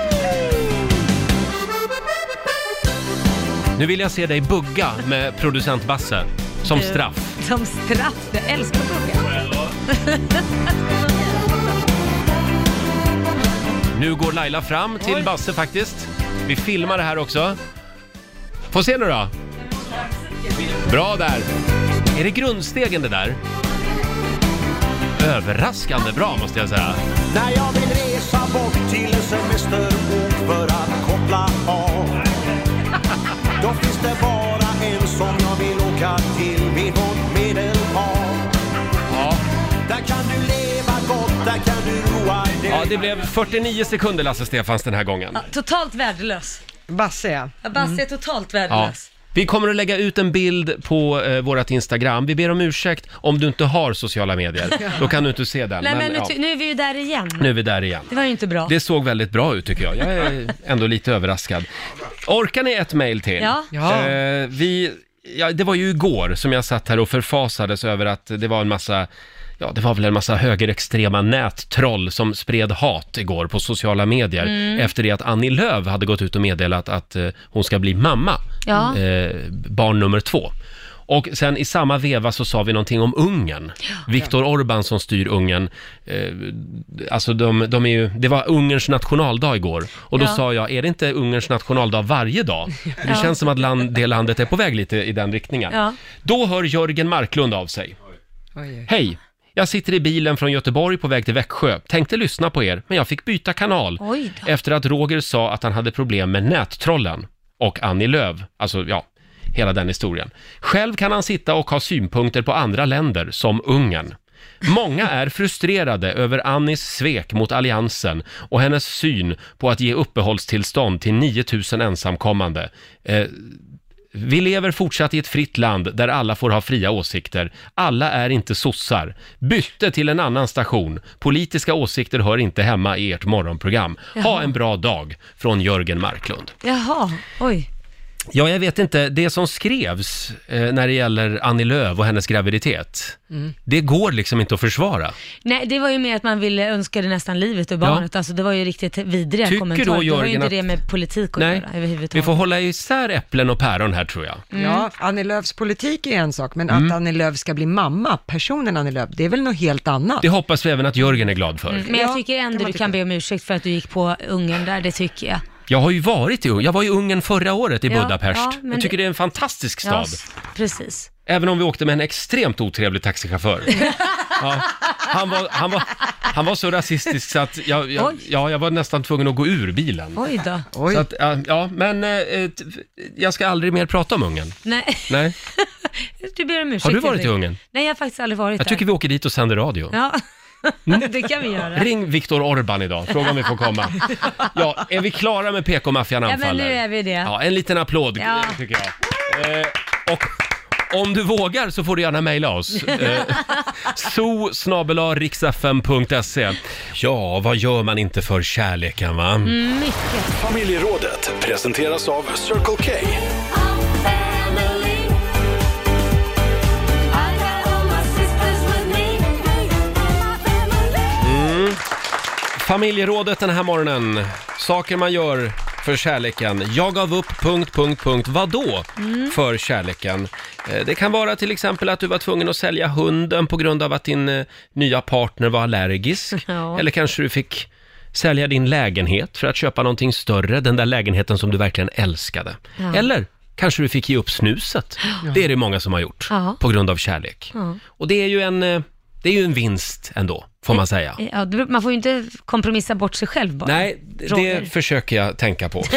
Nu vill jag se dig bugga med producent Basse som straff. Som straff, jag älskar bugga. Nu går Laila fram till Basse faktiskt. Vi filmar det här också. Få se nu då. Bra där. Är det grundstegen det där? Överraskande bra måste jag säga. När jag vill resa bort till en semesterort för att koppla av, då finns det bara en som jag vill åka till vid vårt Medelhav. Ja. Där kan du leva gott, där kan du roa dig. Ja, det blev fyrtionio sekunder Lasse Stefans den här gången. Ja, totalt värdelös. Basse, ja. Ja, Basse är totalt Ja. värdelös. Vi kommer att lägga ut en bild på eh, vårt Instagram. Vi ber om ursäkt om du inte har sociala medier. Då kan du inte se den. Nej, men, men, nu, ja, ty- nu är vi ju där igen. nu är vi där igen. Det var ju inte bra. Det såg väldigt bra ut tycker jag. Jag är ändå lite överraskad. Orkar ni ett mejl till? Ja. Ja. Eh, vi, ja, det var ju igår som jag satt här och förfasades över att det var en massa, ja det var väl en massa högerextrema nättroll som spred hat igår på sociala medier Mm. efter det att Annie Lööf hade gått ut och meddelat att eh, hon ska bli mamma, Ja. eh, barn nummer två. Och sen i samma veva så sa vi någonting om Ungern. Viktor Orbán som styr Ungern. Eh, alltså de, de är ju, det var Ungerns nationaldag igår. Och då Ja. sa jag, är det inte Ungerns nationaldag varje dag? För det Ja. känns som att land, det landet är på väg lite i den riktningen. Ja. Då hör Jörgen Marklund av sig. Oj, oj. Hej! Jag sitter i bilen från Göteborg på väg till Växjö. Tänkte lyssna på er, men jag fick byta kanal. Oj då. Efter att Roger sa att han hade problem med nättrollen. Och Annie Lööf. Alltså, ja, hela den historien. Själv kan han sitta och ha synpunkter på andra länder, som Ungern. Många är frustrerade över Annis svek mot alliansen och hennes syn på att ge uppehållstillstånd till nio tusen ensamkommande. Eh, Vi lever fortsatt i ett fritt land där alla får ha fria åsikter. Alla är inte sossar. Bytte till en annan station. Politiska åsikter hör inte hemma i ert morgonprogram. Ha Jaha. en bra dag från Jörgen Marklund. Jaha, oj. Ja, jag vet inte. Det som skrevs eh, när det gäller Annie Lööf och hennes graviditet, mm. det går liksom inte att försvara. Nej, det var ju mer att man ville önska det nästan livet ur barnet. Ja. Alltså, det var ju riktigt vidriga Tycker kommentarer. Då, det var ju inte att... det med politik att Nej, göra överhuvudtaget. Vi får hålla isär äpplen och päron här, tror jag. Mm. Ja, Annie Lööfs politik är en sak, men mm. att Annie Lööf ska bli mamma, personen Annie Lööf, det är väl något helt annat. Det hoppas vi även att Jörgen är glad för. Mm. Men jag tycker ändå du kan be om ursäkt för att du gick på ungen där, det tycker jag. Jag har ju varit i Ungern. Jag var i Ungern förra året i ja, Budapest. Ja, jag tycker det... det är en fantastisk stad. Ja, precis. Även om vi åkte med en extremt otrevlig taxichaufför. Ja, han, var, han, var, han var så rasistisk så att jag, jag, ja, jag var nästan tvungen att gå ur bilen. Oj då. Oj. Så att, ja, men eh, jag ska aldrig mer prata om Ungern. Nej. Nej. Du ber om ursäkt. Har du varit i Ungern? Nej, jag har faktiskt aldrig varit jag där. Jag tycker vi åker dit och sänder radio. Ja. Det kan vi göra. Ring Viktor Orban idag, fråga om vi får komma. Ja, är vi klara med P K-maffian anfaller? Ja, men nu är vi det. Ja, en liten applåd, ja. tycker jag. Eh, och om du vågar så får du gärna mejla oss. Eh, so snabel-a riksfm punkt se. Ja, vad gör man inte för kärleken, va? Mm, mycket. Familjerådet presenteras av Circle K. Familjerådet den här morgonen. Saker man gör för kärleken. Jag gav upp... Punkt, punkt, punkt. Vadå mm. för kärleken? Det kan vara till exempel att du var tvungen att sälja hunden på grund av att din eh, nya partner var allergisk. Ja. Eller kanske du fick sälja din lägenhet för att köpa någonting större. Den där lägenheten som du verkligen älskade. Ja. Eller kanske du fick ge upp snuset. Ja. Det är det många som har gjort ja. på grund av kärlek. Ja. Och det är ju en... Eh, Det är ju en vinst ändå, får man säga. Ja, man får ju inte kompromissa bort sig själv bara. Nej, det Roger. försöker jag tänka på.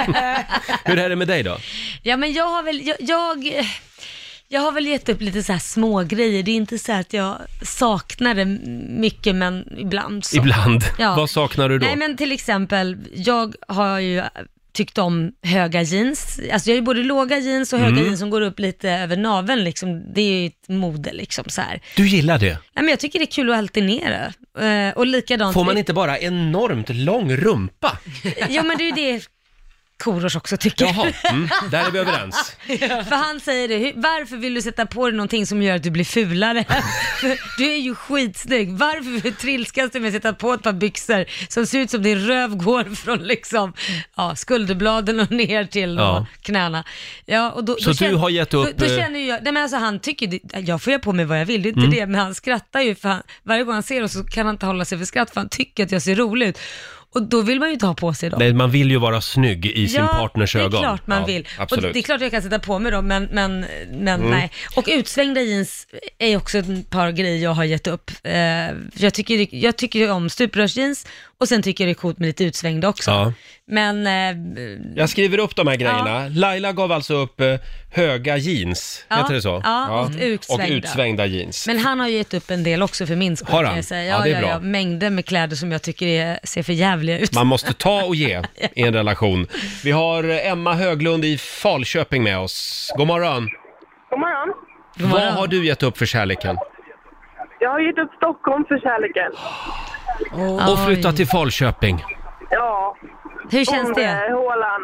Hur är det med dig då? Ja, men jag har väl... Jag, jag, jag har väl gett upp lite så här små grejer. Det är inte så att jag saknar det mycket, men ibland så. Ibland? Ja. Vad saknar du då? Nej, men till exempel, jag har ju... tyckt om höga jeans. Alltså jag har ju både låga jeans och höga mm. jeans som går upp lite över naveln liksom. Det är ju ett mode liksom så här. Du gillar det? Ja, men jag tycker det är kul att alternera. Uh, och likadant... Får man inte bara enormt lång rumpa? Ja, men det är ju det Korosh också tycker. Jaha, mm, där är vi överens. Ja. För han säger det, varför vill du sätta på dig någonting som gör att du blir fulare? Du är ju skitsnygg. Varför trilskas du med att sätta på ett par byxor som ser ut som din röv går från liksom, ja, skulderbladen och ner till ja. knäna. Ja, och då, så då du känner, har gett upp... Då, då känner jag, nej men alltså han tycker, jag får göra på mig vad jag vill, det är inte mm. det, men han skrattar ju för han, varje gång han ser oss så kan han inte hålla sig för skratt för han tycker att jag ser rolig ut. Och då vill man ju inte ha på sig dem. Nej, man vill ju vara snygg i sin ja, partners ögon. Ja, det är klart man ja, vill. Absolut. Och det är klart jag kan sätta på mig dem, men, men, men mm. nej. Och utsvängda jeans är också ett par grejer jag har gett upp. Uh, jag, tycker, jag tycker om stuprörsjeans och sen tycker jag det är coolt med lite utsvängda också. Ja. Men... Uh, jag skriver upp de här grejerna. Ja. Laila gav alltså upp uh, höga jeans, ja. heter det så? Ja, ja. Och, utsvängda. och utsvängda jeans. Men han har ju gett upp en del också för min skull. Har han? Jag säga. Ja, ja, det är ja, bra. ja, mängder med kläder som jag tycker är, ser för jävliga ut. Man måste ta och ge i en relation. Vi har Emma Höglund i Falköping med oss. God morgon. God morgon. God morgon. Vad har du gett upp för kärleken? Jag har gett upp Stockholm för kärleken. Oh. Och flyttat till Falköping. Ja. Hur känns det? Hålan.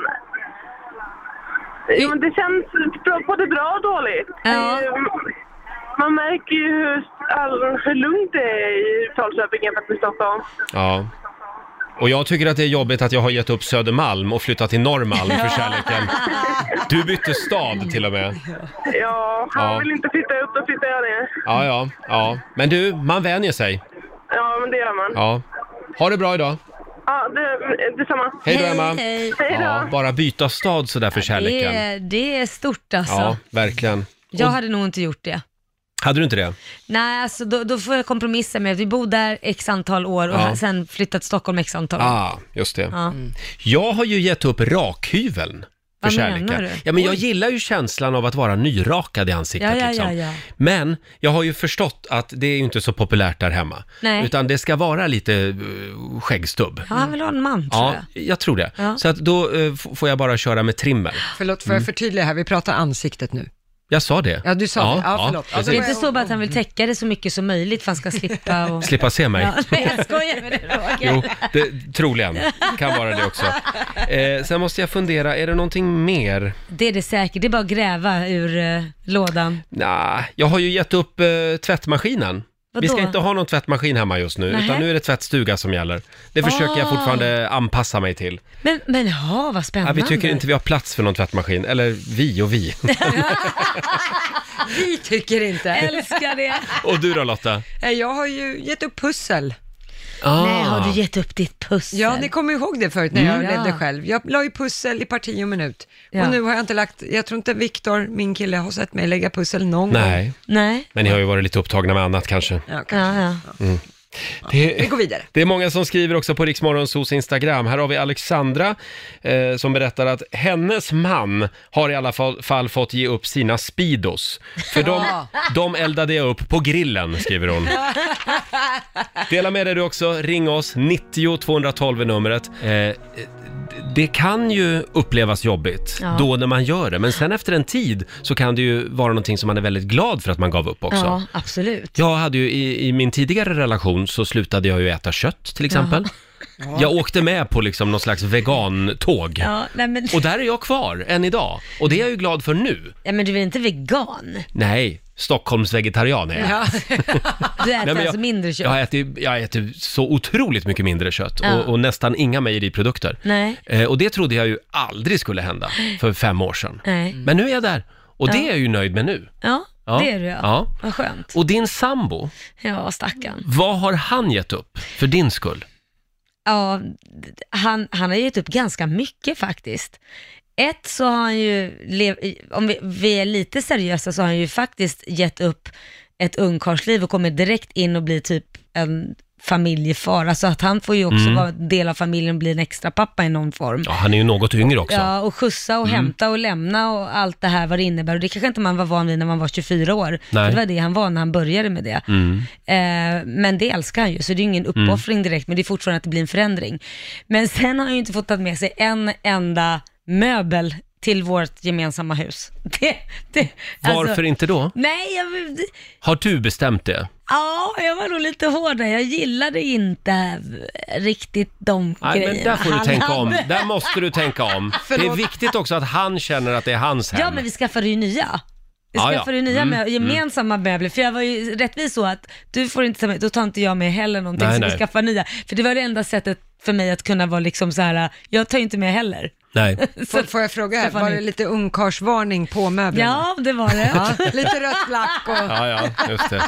Jo, men det känns både bra och dåligt. Ja. Man märker ju hur, all, hur lugnt det är i Falköping jämfört med Stockholm. Ja. Och jag tycker att det är jobbigt att jag har gett upp Södermalm och flyttat till Norrmalm för kärleken. Du bytte stad till och med. Ja, han ja. vill inte flytta upp, då flyttar jag ner. Ja, ja, ja. Men du, man vänjer sig. Ja, men det gör man. Ja. Ha det bra idag. Ja, det, detsamma. Hej då, Emma. Hej, hej. Ja, bara byta stad sådär för kärleken. Det är, det är stort alltså. Ja, verkligen. Jag och... hade nog inte gjort det. Hade du inte det? Nej, alltså då, då får jag kompromissa med att vi bor där x antal år och ja. sen flyttat till Stockholm x antal år. Ja, ah, just det. Ja. Mm. Jag har ju gett upp rakhyveln för Vad kärleken. menar du? Ja, men jag Oj. gillar ju känslan av att vara nyrakad i ansiktet. Ja, ja, liksom. ja, ja. Men jag har ju förstått att det är ju inte så populärt där hemma. Nej. Utan det ska vara lite uh, skäggstubb. Ja, han vill ha en man, tror Ja, jag. jag tror det. Ja. Så att då uh, f- får jag bara köra med trimmer. Förlåt, får jag förtydliga här? Vi pratar ansiktet nu. Jag sa det. Ja, du sa ja, det. Ja, förlåt. Ja, Det är inte så bara att han vill täcka det så mycket som möjligt för han ska slippa och... Slippa se mig. Ja, nej, jag skojar med det, Roger. Jo, det, troligen. Kan vara det också. Eh, sen måste jag fundera, är det någonting mer? Det är det säkert, det är bara att gräva ur eh, lådan. Nej, jag har ju gett upp eh, tvättmaskinen. Vadå? Vi ska inte ha någon tvättmaskin hemma just nu, Nähä? utan nu är det tvättstuga som gäller. Det försöker jag Ah. fortfarande anpassa mig till. Men, men ja, vad Ja, spännande. vi tycker inte vi har plats för någon tvättmaskin, eller vi och vi. Vi tycker inte. Älskar det. Och du då Lotta? Jag har ju gett upp pussel. Ah. Nej, har du gett upp ditt pussel? Ja, ni kommer ihåg det förut när jag Mm. levde Ja. själv. Jag la ju pussel i parti och minut. Ja. Och nu har jag inte lagt, jag tror inte Viktor, min kille, har sett mig lägga pussel någon gång. Nej, Nej. men ni har ju varit lite upptagna med annat kanske. Ja, kanske. Ja, ja. Det, Vi går vidare. det är många som skriver också på Riksmorgonsos Instagram. Här har vi Alexandra eh, som berättar att hennes man har i alla fall, fall fått ge upp sina Speedos. För de, de eldade jag upp på grillen, skriver hon. Dela med dig du också, ring oss, nittio tvåhundratolv är numret. Eh, det kan ju upplevas jobbigt Ja. då när man gör det, men sen efter en tid så kan det ju vara någonting som man är väldigt glad för att man gav upp också. Ja, absolut. Jag hade ju i, i min tidigare relation så slutade jag ju äta kött till exempel. Jag åkte med på liksom någon slags vegantåg. Ja, nej, men... Och där är jag kvar än idag. Och det är jag ju glad för nu. ja, men du är inte vegan? Nej, Stockholms vegetarian är jag. Ja. Du äter Nej, men alltså mindre kött? Jag äter, jag äter så otroligt mycket mindre kött Ja. och, och nästan inga mejeriprodukter. Nej. Eh, och det trodde jag ju aldrig skulle hända för fem år sedan. Nej. Men nu är jag där. Och det Ja. är jag ju nöjd med nu. Ja, Ja. det är du ja. Ja. Vad skönt. Och din sambo, Ja, stackarn. vad har han gett upp för din skull? Ja, d- han, han har gett upp ganska mycket faktiskt. Ett så har han ju, lev, om vi, vi är lite seriösa så har han ju faktiskt gett upp ett ungkarlsliv och kommer direkt in och blir typ en familjefar. Alltså att han får ju också Mm. vara en del av familjen och bli en extra pappa i någon form. Ja, han är ju något yngre också. Ja, och skjutsa och Mm. hämta och lämna och allt det här vad det innebär. Och det kanske inte man var van vid när man var tjugofyra år. Nej. Det var det han var när han började med det. Mm. Eh, men det älskar han ju, så det är ingen uppoffring direkt, men det är fortfarande att det blir en förändring. Men sen har han ju inte fått ta med sig en enda möbel till vårt gemensamma hus. Det, det, Varför alltså, inte då? Nej, jag, Har du bestämt det? ja, jag var nog lite hårdare. Jag gillade inte riktigt de Nej, grejerna. men där får du han tänka hade. om. Där måste du tänka om. Det är viktigt också att han känner att det är hans hem. Ja, men vi skaffade ju nya. Vi Ja, skaffade ja. ju nya Mm, mö- gemensamma möbler, för jag var ju rättvis så att du får inte ta med, då tar inte jag med heller någonting, Nej, så nej. vi skaffar nya. För det var det enda sättet för mig att kunna vara liksom så här: jag tar ju inte med heller. Nej. Får, får jag fråga här, Skaffa var ny. det lite ungkarsvarning på möblerna? Ja, det var det. Ja, lite rött lack och... Ja, ja, just det.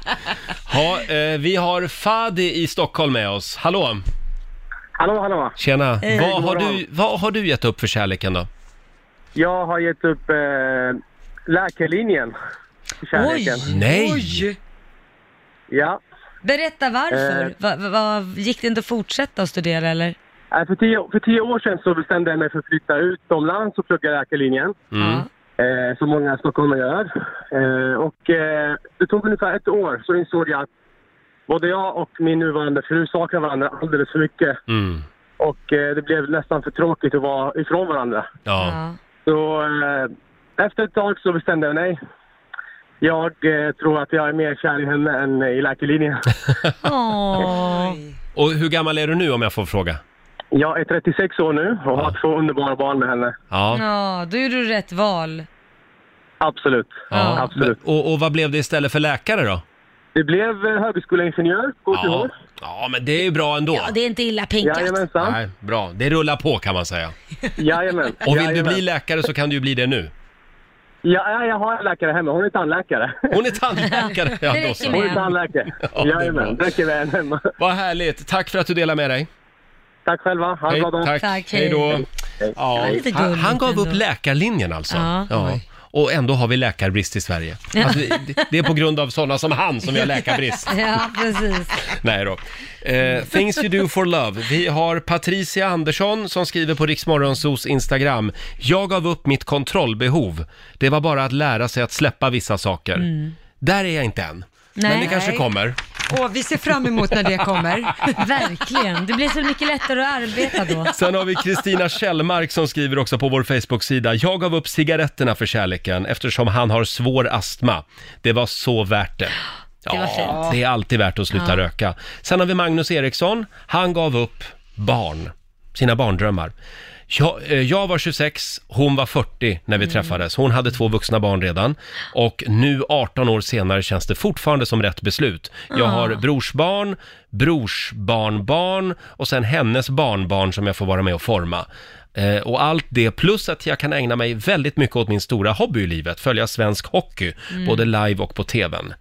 Ja, eh, vi har Fadi i Stockholm med oss. Hallå! Hallå, hallå. Tjena. Hej. Vad har, du, vad har du gett upp för kärleken då? Jag har gett upp eh, läkarlinjen. Kärleken. Oj. Nej! Oj! Ja. Berätta varför. Eh. Va, va, va, gick det inte att fortsätta att studera eller? Eh, För tio, för tio år sedan så bestämde jag mig för att flytta utomlands och plugga läkarlinjen. Mm. Ja. Eh, som många stockholmare gör. Eh, och eh, det tog ungefär ett år så insåg jag att både jag och min nuvarande fru saknar varandra alldeles för mycket. Mm. Och eh, det blev nästan för tråkigt att vara ifrån varandra. Ja. Ja. Så eh, efter ett tag så bestämde jag mig. Jag eh, tror att jag är mer kär i henne än i läkarlinjen. Åh. Och hur gammal är du nu om jag får fråga? Jag är trettiosex år nu och har två underbara barn med henne. Ja. Ja, då gjorde du rätt val. Absolut. ja. Absolut. Men, och, och vad blev det istället för läkare då? Det blev eh, högskoleingenjör, K T H. Ja. Ja, men det är ju bra ändå. Ja, det är inte illa pinkat. Jajamensan. Nej, bra. Det rullar på kan man säga. Jajamän. Och vill du Jajamän. bli läkare så kan du ju bli det nu. Ja, ja, jag har en läkare hemma. Hon är tandläkare. Hon är tandläkare. Ja, Det då räcker så. med. Hon är tandläkare. Ja, det är Jajamän, bra. det räcker med en hemma. Vad härligt. Tack för att du delar med dig. Tack själva. Ha en bra dag. tack. Tack, hej hej. då. Hej. Ja, Lite han, gulligt han gav upp ändå. läkarlinjen alltså. Ja. Ja. Och ändå har vi läkarbrist i Sverige. Ja. Alltså, det, det är på grund av sådana som han som vi har läkarbrist. Ja, precis. Nej då. Eh, things you do for love. Vi har Patricia Andersson som skriver på Riksmorgonsos Instagram. Jag gav upp mitt kontrollbehov. Det var bara att lära sig att släppa vissa saker. Där är jag inte än. Men Nej. det kanske kommer. Och vi ser fram emot när det kommer. Verkligen, det blir så mycket lättare att arbeta då. Sen har vi Kristina Kjellmark som skriver också på vår Facebook-sida. Jag gav upp cigaretterna för kärleken eftersom han har svår astma. Det var så värt det. Ja, det, det är alltid värt att sluta ja. röka. Sen har vi Magnus Eriksson. Han gav upp barn, sina barndrömmar. Jag, jag var tjugosex, hon var fyrtio när vi mm. träffades. Hon hade två vuxna barn redan. Och nu arton år senare känns det fortfarande som rätt beslut. Jag har brorsbarn, brorsbarnbarn och sen hennes barnbarn som jag får vara med och forma. Eh, och allt det plus att jag kan ägna mig väldigt mycket åt min stora hobby i livet. Följa svensk hockey, mm. både live och på tvn.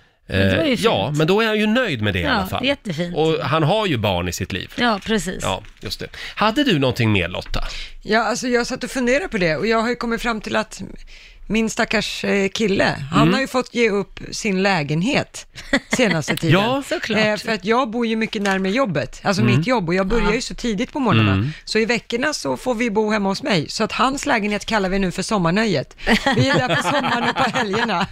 Eh, ja, men då är han ju nöjd med det ja, i alla fall. Jättefint. Och han har ju barn i sitt liv. Ja, precis. Ja, just det. Hade du någonting mer, Lotta? Ja, alltså jag satt och funderade på det och jag har ju kommit fram till att min stackars kille, han mm. har ju fått ge upp sin lägenhet senaste tiden. Ja, såklart. Eh, för att jag bor ju mycket närmare jobbet, alltså mm. mitt jobb, och jag börjar ja. ju så tidigt på morgnarna. Mm. Så i veckorna så får vi bo hemma hos mig. Så att hans lägenhet kallar vi nu för sommarnöjet. Vi är där på sommaren och på helgerna.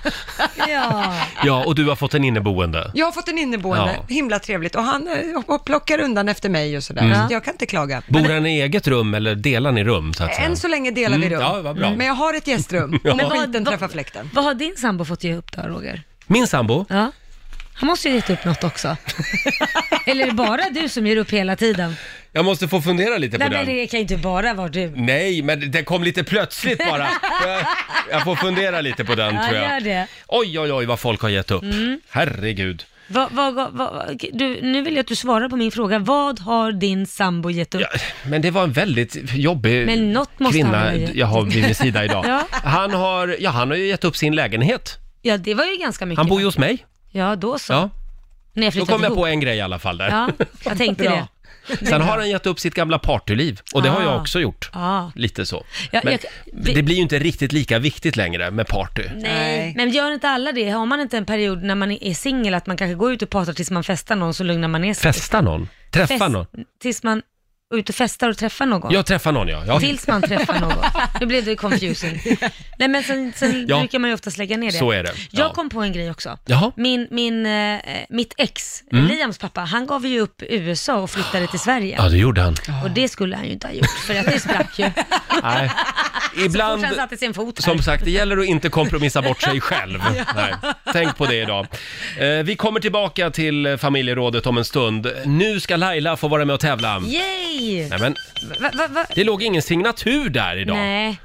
Ja. Ja, och du har fått en inneboende. Jag har fått en inneboende, ja. himla trevligt. Och han eh, plockar undan efter mig och sådär. Mm. Så jag kan inte klaga. Bor han i eget rum eller delar ni rum? Så att säga? Än så länge delar vi rum. Mm. Ja, vad bra. Men jag har ett gästrum. Ja. Men skiten träffar fläkten. Vad har din sambo fått ge upp då, Roger? Min sambo? Ja. Han måste ju ge upp något också. Eller är det bara du som ger upp hela tiden? Jag måste få fundera lite Nej, på men den. Det kan ju inte bara vara du. Nej, men det kom lite plötsligt bara. jag, jag får fundera lite på den, ja, tror jag. Gör det. Oj, oj, oj, vad folk har gett upp. Mm. Herregud. Va, va, va, va, du, nu vill jag att du svarar på min fråga. Vad har din sambo gett upp? Ja, men det var en väldigt jobbig men något måste kvinna han ha jag har vid min sida idag. ja. Han har, ja, han har ju gett upp sin lägenhet. Ja, det var ju ganska mycket. Han bor ju hos mig. Ja, då så. Ja. När jag då kom jag ihop. på en grej i alla fall där. Ja, jag tänkte det. Sen har han gett upp sitt gamla partyliv. Och det ah. har jag också gjort. Ah. Lite så. Ja, men jag, det, det blir ju inte riktigt lika viktigt längre med party. Nej, men gör inte alla det? Har man inte en period när man är singel att man kanske går ut och partar tills man festar någon så lugnar man ner sig? Festa någon? Träffa Fest, någon? Tills man är ute och festar och träffar någon? Jag träffar någon, ja. ja. Tills man träffar någon. Nu blev det confusing. Nej, men sen, sen ja. brukar man ju oftast lägga ner det. Så är det. Jag ja. kom på en grej också. Jaha. Min, min, äh, mitt ex, mm. Liams pappa, han gav ju upp U S A och flyttade till Sverige. Ja, det gjorde han. Och det skulle han ju inte ha gjort, för att det sprack ju. Nej. Ibland, så fort han satte sin fot här. Som sagt, det gäller att inte kompromissa bort sig själv. Nej. Tänk på det idag. Eh, vi kommer tillbaka till familjerådet om en stund. Nu ska Laila få vara med och tävla. Yay! Nej, men, va, va, va? det låg ingen signatur där idag. Nej.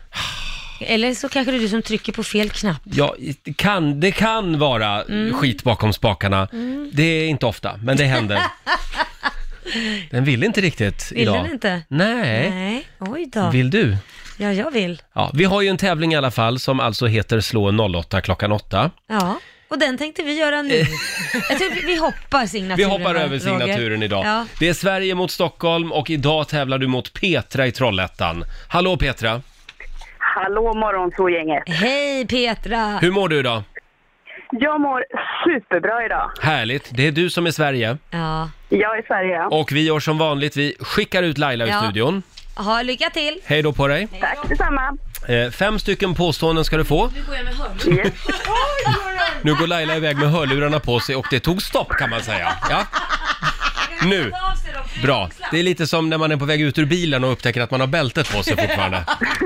Eller så kanske det är du som trycker på fel knapp. Ja, det kan, det kan vara mm. skit bakom spakarna. Mm. Det är inte ofta, men det händer. Den vill inte riktigt vill idag. Vill den inte? Nej. Nej. Oj då. Vill du? Ja, jag vill. Ja, vi har ju en tävling i alla fall som alltså heter Slå noll åtta klockan åtta. Ja, och den tänkte vi göra nu. Jag tror vi hoppar signaturen. Vi hoppar över signaturen Roger. Idag. Ja. Det är Sverige mot Stockholm och idag tävlar du mot Petra i Trollhättan. Hallå Petra! Hallå morgonsågänget! Hej Petra! Hur mår du idag? Jag mår superbra idag. Härligt, det är du som är Sverige. Ja. Jag är Sverige. Och vi gör som vanligt, vi skickar ut Laila ja. i studion. Ha, lycka till! Hej då på dig! Tack detsamma! Eh, fem stycken påståenden ska du få. Nu går jag med hörlurar. Yes. Nu går Laila iväg med hörlurarna på sig och det tog stopp kan man säga. Ja. Nu. Bra. Det är lite som när man är på väg ut ur bilen och upptäcker att man har bältet på sig fortfarande.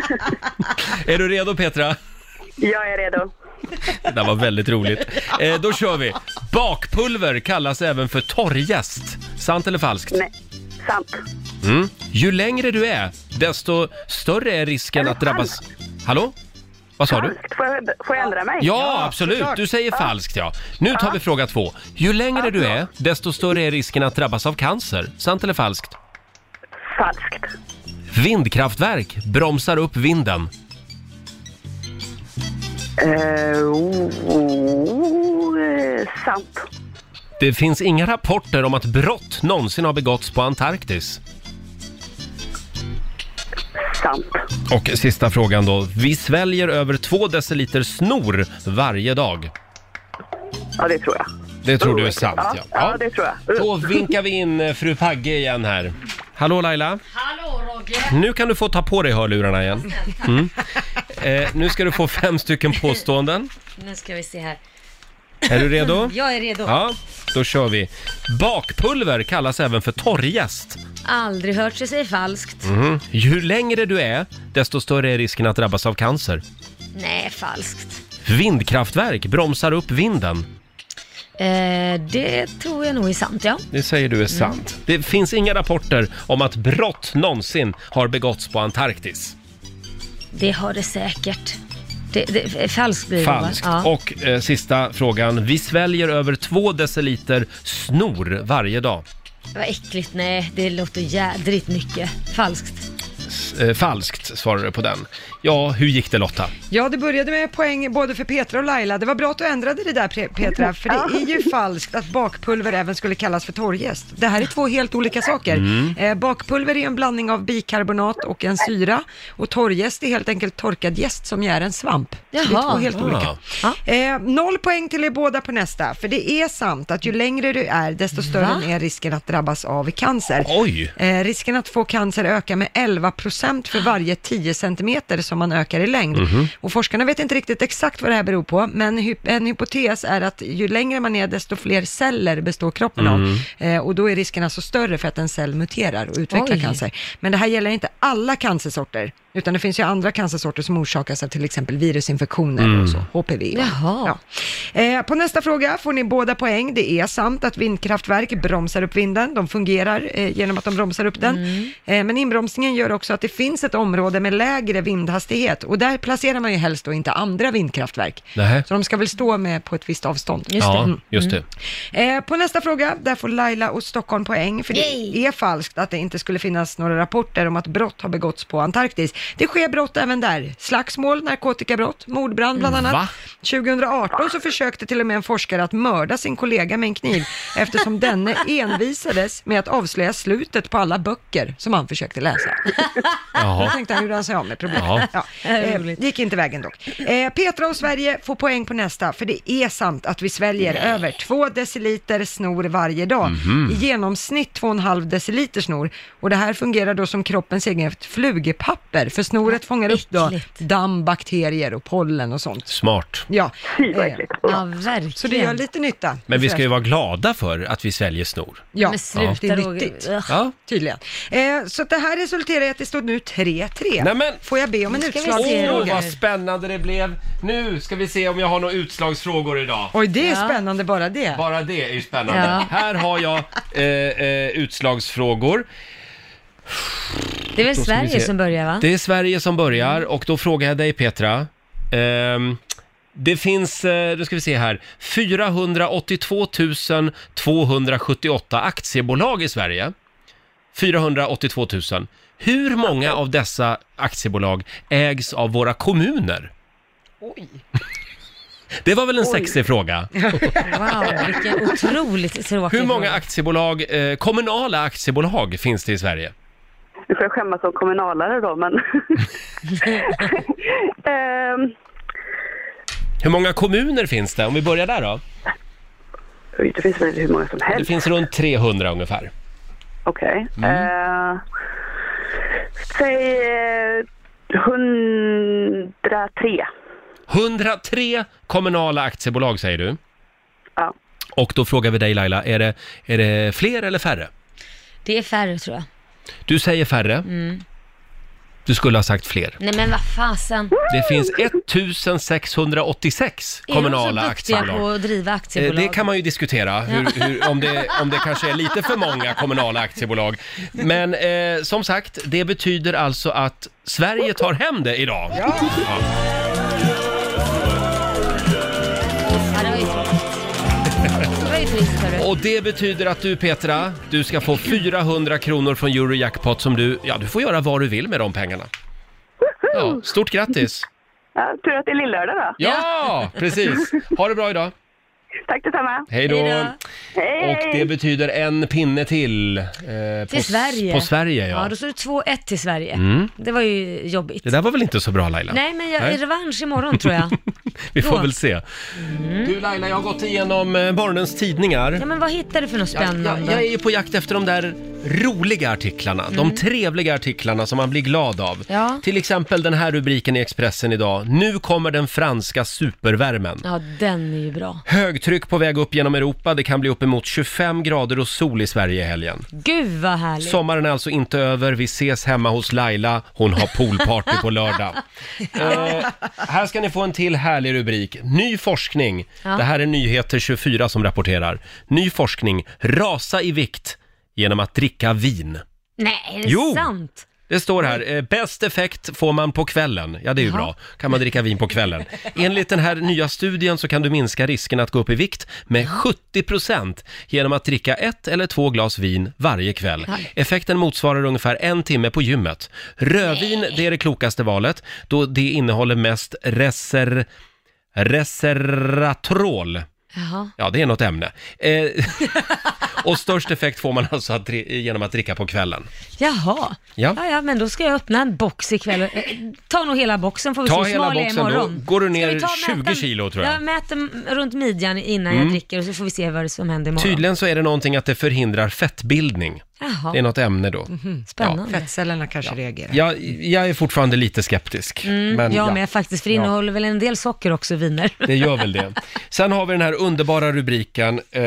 Är du redo Petra? Jag är redo. Det var väldigt roligt. Eh, då kör vi. Bakpulver kallas även för torrjäst. Sant eller falskt? Nej, sant. Mm. Ju längre du är, desto större är risken att drabbas... Hallå? Vad sa du? Får jag, får jag ändra mig? Ja, ja absolut. Såklart. Du säger falskt, ja. Nu tar ja. vi fråga två. Ju längre ja, du är, desto större är risken att drabbas av cancer. Sant eller falskt? Falskt. Vindkraftverk bromsar upp vinden. Uh, oh, uh, sant. Det finns inga rapporter om att brott någonsin har begåtts på Antarktis. Sant. Och sista frågan då. Vi sväljer över två deciliter snor varje dag. Ja, det tror jag. Det tror du är sant, ja. Ja, ja det tror jag. Då vinkar vi in fru Pagge igen här. Hallå Laila. Hallå Roger. Nu kan du få ta på dig hörlurarna igen. Mm. Eh, nu ska du få fem stycken påståenden. Nu ska vi se här. Är du redo? Jag är redo. Ja, då kör vi. Bakpulver kallas även för torrjäst. Aldrig hört sig säga falskt. Mm. Ju längre du är, desto större är risken att drabbas av cancer. Nej, falskt. Vindkraftverk bromsar upp vinden. Eh, det tror jag nog är sant, ja. Det säger du är sant. Mm. Det finns inga rapporter om att brott någonsin har begåtts på Antarktis. Det har det säkert. Det, det är falskt blir det, Falskt. va? Ja. Och eh, sista frågan. Vi sväljer över två deciliter snor varje dag. Vad äckligt, nej. Det låter jädrigt mycket. Falskt. S- eh, falskt svarar du på den. Ja, hur gick det, Lotta? Ja, det började med poäng både för Petra och Laila. Det var bra att du ändrade det där, Petra, för det är ju falskt att bakpulver även skulle kallas för torrjäst. Det här är två helt olika saker. Mm. Eh, bakpulver är en blandning av bikarbonat och en syra, och torrjäst är helt enkelt torkad jäst som är en svamp. Jaha. Det är två helt Ah. olika. Eh, noll poäng till er båda på nästa, för det är sant att ju längre du är, desto större Va? är risken att drabbas av cancer. Oj! Eh, risken att få cancer ökar med elva procent för varje tio centimeter som man ökar i längd. Mm-hmm. Och forskarna vet inte riktigt exakt vad det här beror på, men hy- en hypotes är att ju längre man är, desto fler celler består kroppen Mm. av. Eh, och då är risken alltså större för att en cell muterar och utvecklar Oj. cancer. Men det här gäller inte alla cancersorter, utan det finns ju andra cancersorter som orsakas av till exempel virusinfektioner Mm. och så, H P V. Jaha. Ja. Eh, på nästa fråga får ni båda poäng. Det är sant att vindkraftverk bromsar upp vinden. De fungerar eh, genom att de bromsar upp den. Mm. Eh, men inbromsningen gör också att det finns ett område med lägre vindhastighet, och där placerar man ju helst då inte andra vindkraftverk. Nähä. Så de ska väl stå med på ett visst avstånd. Just Ja, det. just det. Eh, på nästa fråga, där får Laila och Stockholm poäng, för det Yay. är falskt att det inte skulle finnas några rapporter om att brott har begåtts på Antarktis. Det sker brott även där. Slagsmål, narkotikabrott, mordbrand bland annat. Va? tjugo arton så försökte till och med en forskare att mörda sin kollega med en kniv, eftersom denne envisades med att avslöja slutet på alla böcker som han försökte läsa. Jaha. Då tänkte han hur han sig av med problemet. Ja. Ja. Eh, det gick inte vägen dock. Eh, Petra och Sverige får poäng på nästa, för det är sant att vi sväljer över två deciliter snor varje dag. Mhm. I genomsnitt två och en halv deciliter snor. Och det här fungerar då som kroppens eget flugepapper, för snoret fångar upp då Äckligt. damm, bakterier och pollen och sånt. Smart. Ja, Fy vad eh, äckligt. Ja, verkligen. så det gör lite nytta. Men vi ska ju vara glada för att vi sväljer snor. Ja, Men sluta, det är Roger. nyttigt. Ugh. Ja. Tydligen. Eh, så att det här resulterar i att det står nu tre tre. Nämen. Får jag be om en Nu ska vi se. Åh, utslagsfråga? vad spännande det blev. Nu ska vi se om jag har några utslagsfrågor idag. Oj, det är Ja. spännande bara det. Bara det är ju spännande. Ja. Här har jag eh, eh, utslagsfrågor. Det är väl Då ska vi Sverige se. som börjar, va? Det är Sverige som börjar, och då frågar jag dig, Petra. Ehm, det finns, eh, då ska vi se här, fyrahundraåttiotvå tusen tvåhundrasjuttioåtta aktiebolag i Sverige. fyrahundraåttiotvå tusen. Hur många av dessa aktiebolag ägs av våra kommuner? Oj. Det var väl en sexig fråga. Wow, vilken otroligt tråkig Hur många fråga. aktiebolag, eh, kommunala aktiebolag finns det i Sverige? Nu får jag skämmas som kommunalare då, men... Ehm, Hur många kommuner finns det? Om vi börjar där då. oj, det finns väl hur många som Det helst. finns runt trehundra ungefär. Okej. Mm. Eh, säg eh, hundratre. hundratre kommunala aktiebolag säger du. Ja. Och då frågar vi dig, Laila, är det, är det fler eller färre? Det är färre, tror jag. Du säger färre. Mm. Du skulle ha sagt fler. Nej, men vad fasen. Det finns ettusensexhundraåttiosex kommunala Är de så duktiga aktiebolag. på att driva Eh, aktiebolag? Det kan man ju diskutera, hur, hur, om, det, om det kanske är lite för många kommunala aktiebolag. Men eh, som sagt, det betyder alltså att Sverige tar hem det idag. Ja. Ja, det var ju tråkigt. Det var ju trist, hörru. Och det betyder att du, Petra, du ska få fyrahundra kronor från Eurojackpot som du, ja, du får göra vad du vill med de pengarna. Ja, stort grattis! Ja, tur att det är lillördag då. Ja, precis! Ha det bra idag! Tack detsamma. Hej då! Hej då. Hej! Och det betyder en pinne till eh, på, Till Sverige. på Sverige, Ja, ja. då står det två ett till Sverige. Mm. Det var ju jobbigt. Det där var väl inte så bra, Laila? Nej, men jag Nej. är revansch imorgon, tror jag. Vi får Då. väl se. Du, Laila, jag har gått igenom eh, morgonens tidningar. Ja, men vad hittar du för något Jag, spännande? jag, jag är ju på jakt efter de där roliga artiklarna, Mm. de trevliga artiklarna som man blir glad av. Ja. Till exempel den här rubriken i Expressen idag. Nu kommer den franska supervärmen. Ja, den är ju bra. Högtryck på väg upp genom Europa. Det kan bli uppemot tjugofem grader och sol i Sverige i helgen. Gud vad härligt. Sommaren är alltså inte över. Vi ses hemma hos Laila. Hon har poolparty på lördag. Eh, här ska ni få en till härlig rubrik. Ny forskning. Ja. Det här är Nyheter tjugofyra som rapporterar. Ny forskning. Rasa i vikt genom att dricka vin. Nej, är det Jo. sant? Det står här, eh, bäst effekt får man på kvällen. Ja, det är ju Jaha. bra. Kan man dricka vin på kvällen. Enligt den här nya studien så kan du minska risken att gå upp i vikt med sjuttio procent genom att dricka ett eller två glas vin varje kväll. Ja. Effekten motsvarar ungefär en timme på gymmet. Rödvin, det är det klokaste valet, då det innehåller mest reser... resveratrol. Jaha. Ja, det är något ämne. Eh, och störst effekt får man alltså att, dri- genom att dricka på kvällen. Jaha. Ja. Ja, ja, men då ska jag öppna en box ikväll. Eh, Ta nog hela boxen får vi Ta se hur hela smal jag är boxen, då imorgon. går du Ska ner vi ta och tjugo mäta- kilo, tror jag. Jag mäter runt midjan innan Mm. jag dricker och så får vi se vad som händer imorgon. Tydligen så är det någonting att det förhindrar fettbildning. Jaha. Det är något ämne då. Mhm. Spännande. Fettcellerna kanske reagerar. Jag, jag är fortfarande lite skeptisk. Mm, men jag ja, med faktiskt, för det Ja. innehåller väl en del socker också, viner. det gör väl det. Sen har vi den här underbara rubriken eh,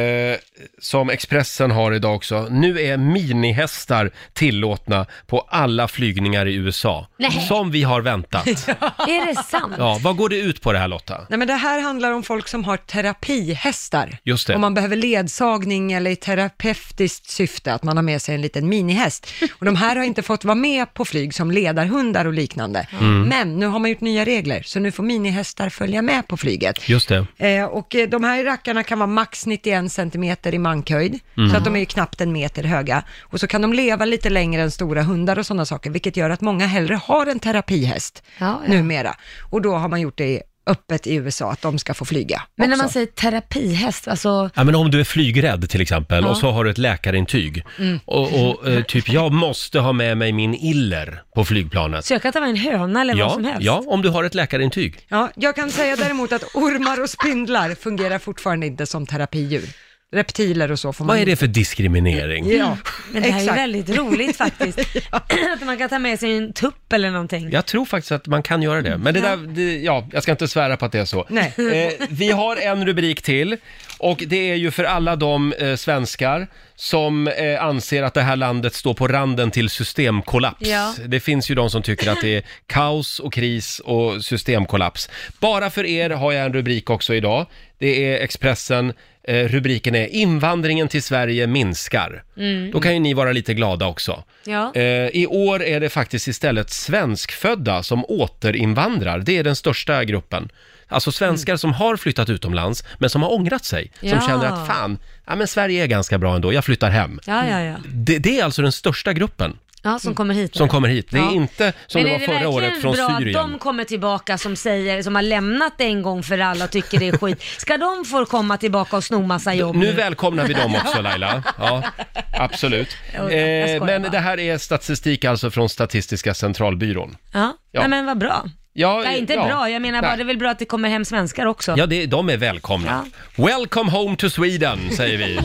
som Expressen har idag också. Nu är minihästar tillåtna på alla flygningar i U S A. Nej. Som vi har väntat. Är det sant? Ja, vad går det ut på det här, Lotta? Nej, men det här handlar om folk som har terapihästar. Just det. Om man behöver ledsagning eller i terapeutiskt syfte, att man har med sig en liten minihäst. Och de här har inte fått vara med på flyg som ledarhundar och liknande. Mm. Men nu har man gjort nya regler, så nu får minihästar följa med på flyget. Just det. Eh, och eh, de här rackarna kan vara max nittioen centimeter i mankhöjd, Mm. så att de är ju knappt en meter höga. Och så kan de leva lite längre än stora hundar och sådana saker, vilket gör att många hellre har en terapihäst Ja, ja. numera. Och då har man gjort det öppet i U S A, att de ska få flyga. Men när också. man säger terapihäst, alltså... Ja, men om du är flygrädd till exempel Ja. och så har du ett läkarintyg Mm. och, och eh, typ jag måste ha med mig min iller på flygplanet. Så jag kan ta med en höna eller Ja, vad som helst? ja, om du har ett läkarintyg. Ja, jag kan säga däremot att ormar och spindlar fungerar fortfarande inte som terapidjur. Reptiler och så får man... Vad är det för diskriminering? Ja, Men det här är exakt. väldigt roligt faktiskt. Att man kan ta med sig en tupp eller någonting. Jag tror faktiskt att man kan göra det. Men det där, det, ja, jag ska inte svära på att det är så. Nej. Eh, vi har en rubrik till. Och det är ju för alla de eh, svenskar som eh, anser att det här landet står på randen till systemkollaps. Ja. Det finns ju de som tycker att det är kaos och kris och systemkollaps. Bara för er har jag en rubrik också idag. Det är Expressen. Eh, rubriken är invandringen till Sverige minskar. Mm. Då kan ju ni vara lite glada också. Ja. Eh, I år är det faktiskt istället svenskfödda som återinvandrar. Det är den största gruppen. Alltså svenskar Mm. som har flyttat utomlands men som har ångrat sig. Som Ja. känner att fan, ja, men Sverige är ganska bra ändå, jag flyttar hem. Ja, ja, ja. Det, det är alltså den största gruppen Ja, som kommer hit. som kommer hit. Det är Ja. inte som Men det är var förra året verkligen från bra Syrien. att de kommer tillbaka som säger, som har lämnat det en gång för alla och tycker det är skit? Ska de få komma tillbaka och sno massa jobb Nu nu? välkomnar vi dem också, Laila. Ja, absolut. Jag skojar Eh, men bara. det här är statistik alltså från Statistiska centralbyrån. Ja, Ja. Nej, men vad bra. Ja, Nej, inte ja. bra. Jag menar bara, Nej. det är väl bra att det kommer hem svenskar också. Ja, det, de är välkomna. Welcome home to Sweden, säger vi.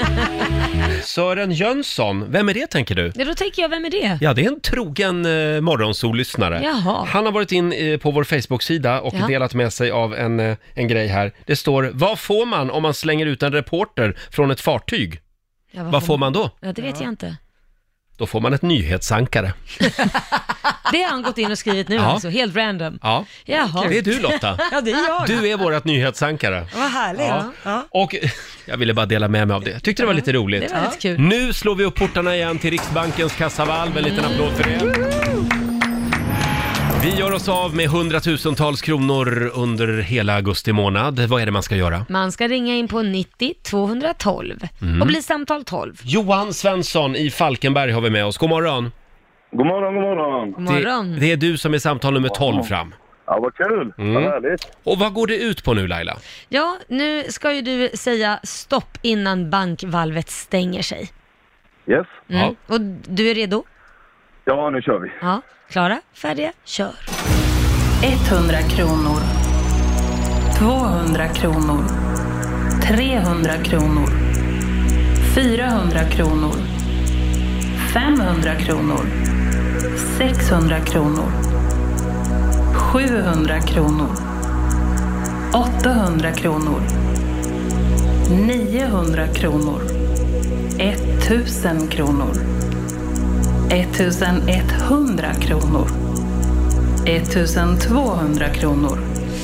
Sören Jönsson, vem är det tänker du? Ja, då tänker jag, vem är det? Ja, det är en trogen eh, morgonsollyssnare. Jaha. Han har varit in eh, på vår Facebook-sida och Ja. delat med sig av en, eh, en grej här. Det står, vad får man om man slänger ut en reporter från ett fartyg? Ja, Vad får man då? Ja, det vet jag inte. Då får man ett nyhetsankare. Det har han gått in och skrivit nu Ja. alltså, helt random. Ja, Jaha. det är du Lotta. Ja, det är jag. Du är vårt nyhetsankare. Vad härligt. Ja. Ja. Och jag ville bara dela med mig av det. Jag tyckte det var lite roligt. Det var lite kul. Nu slår vi upp portarna igen till Riksbankens kassavalv. En liten applåd för det. Vi gör oss av med hundratusentals kronor under hela augusti månad. Vad är det man ska göra? Man ska ringa in på nittio tvåhundratolv Mm. och bli samtal tolv. Johan Svensson i Falkenberg har vi med oss. God morgon. God morgon, god morgon. God morgon. Det, det är du som är samtal nummer tolv fram. Ja, vad kul. Mm. Vad härligt. Och vad går det ut på nu, Laila? Ja, nu ska ju du säga stopp innan bankvalvet stänger sig. Yes. Mm. Ja. Och du är redo? Ja, nu kör vi. Ja. Klara, färdiga, kör. hundra kronor. tvåhundra kronor. trehundra kronor. fyrahundra kronor. femhundra kronor. sexhundra kronor. sjuhundra kronor. åttahundra kronor. niohundra kronor. tusen kronor. elva kronor. tvåhundra kronor.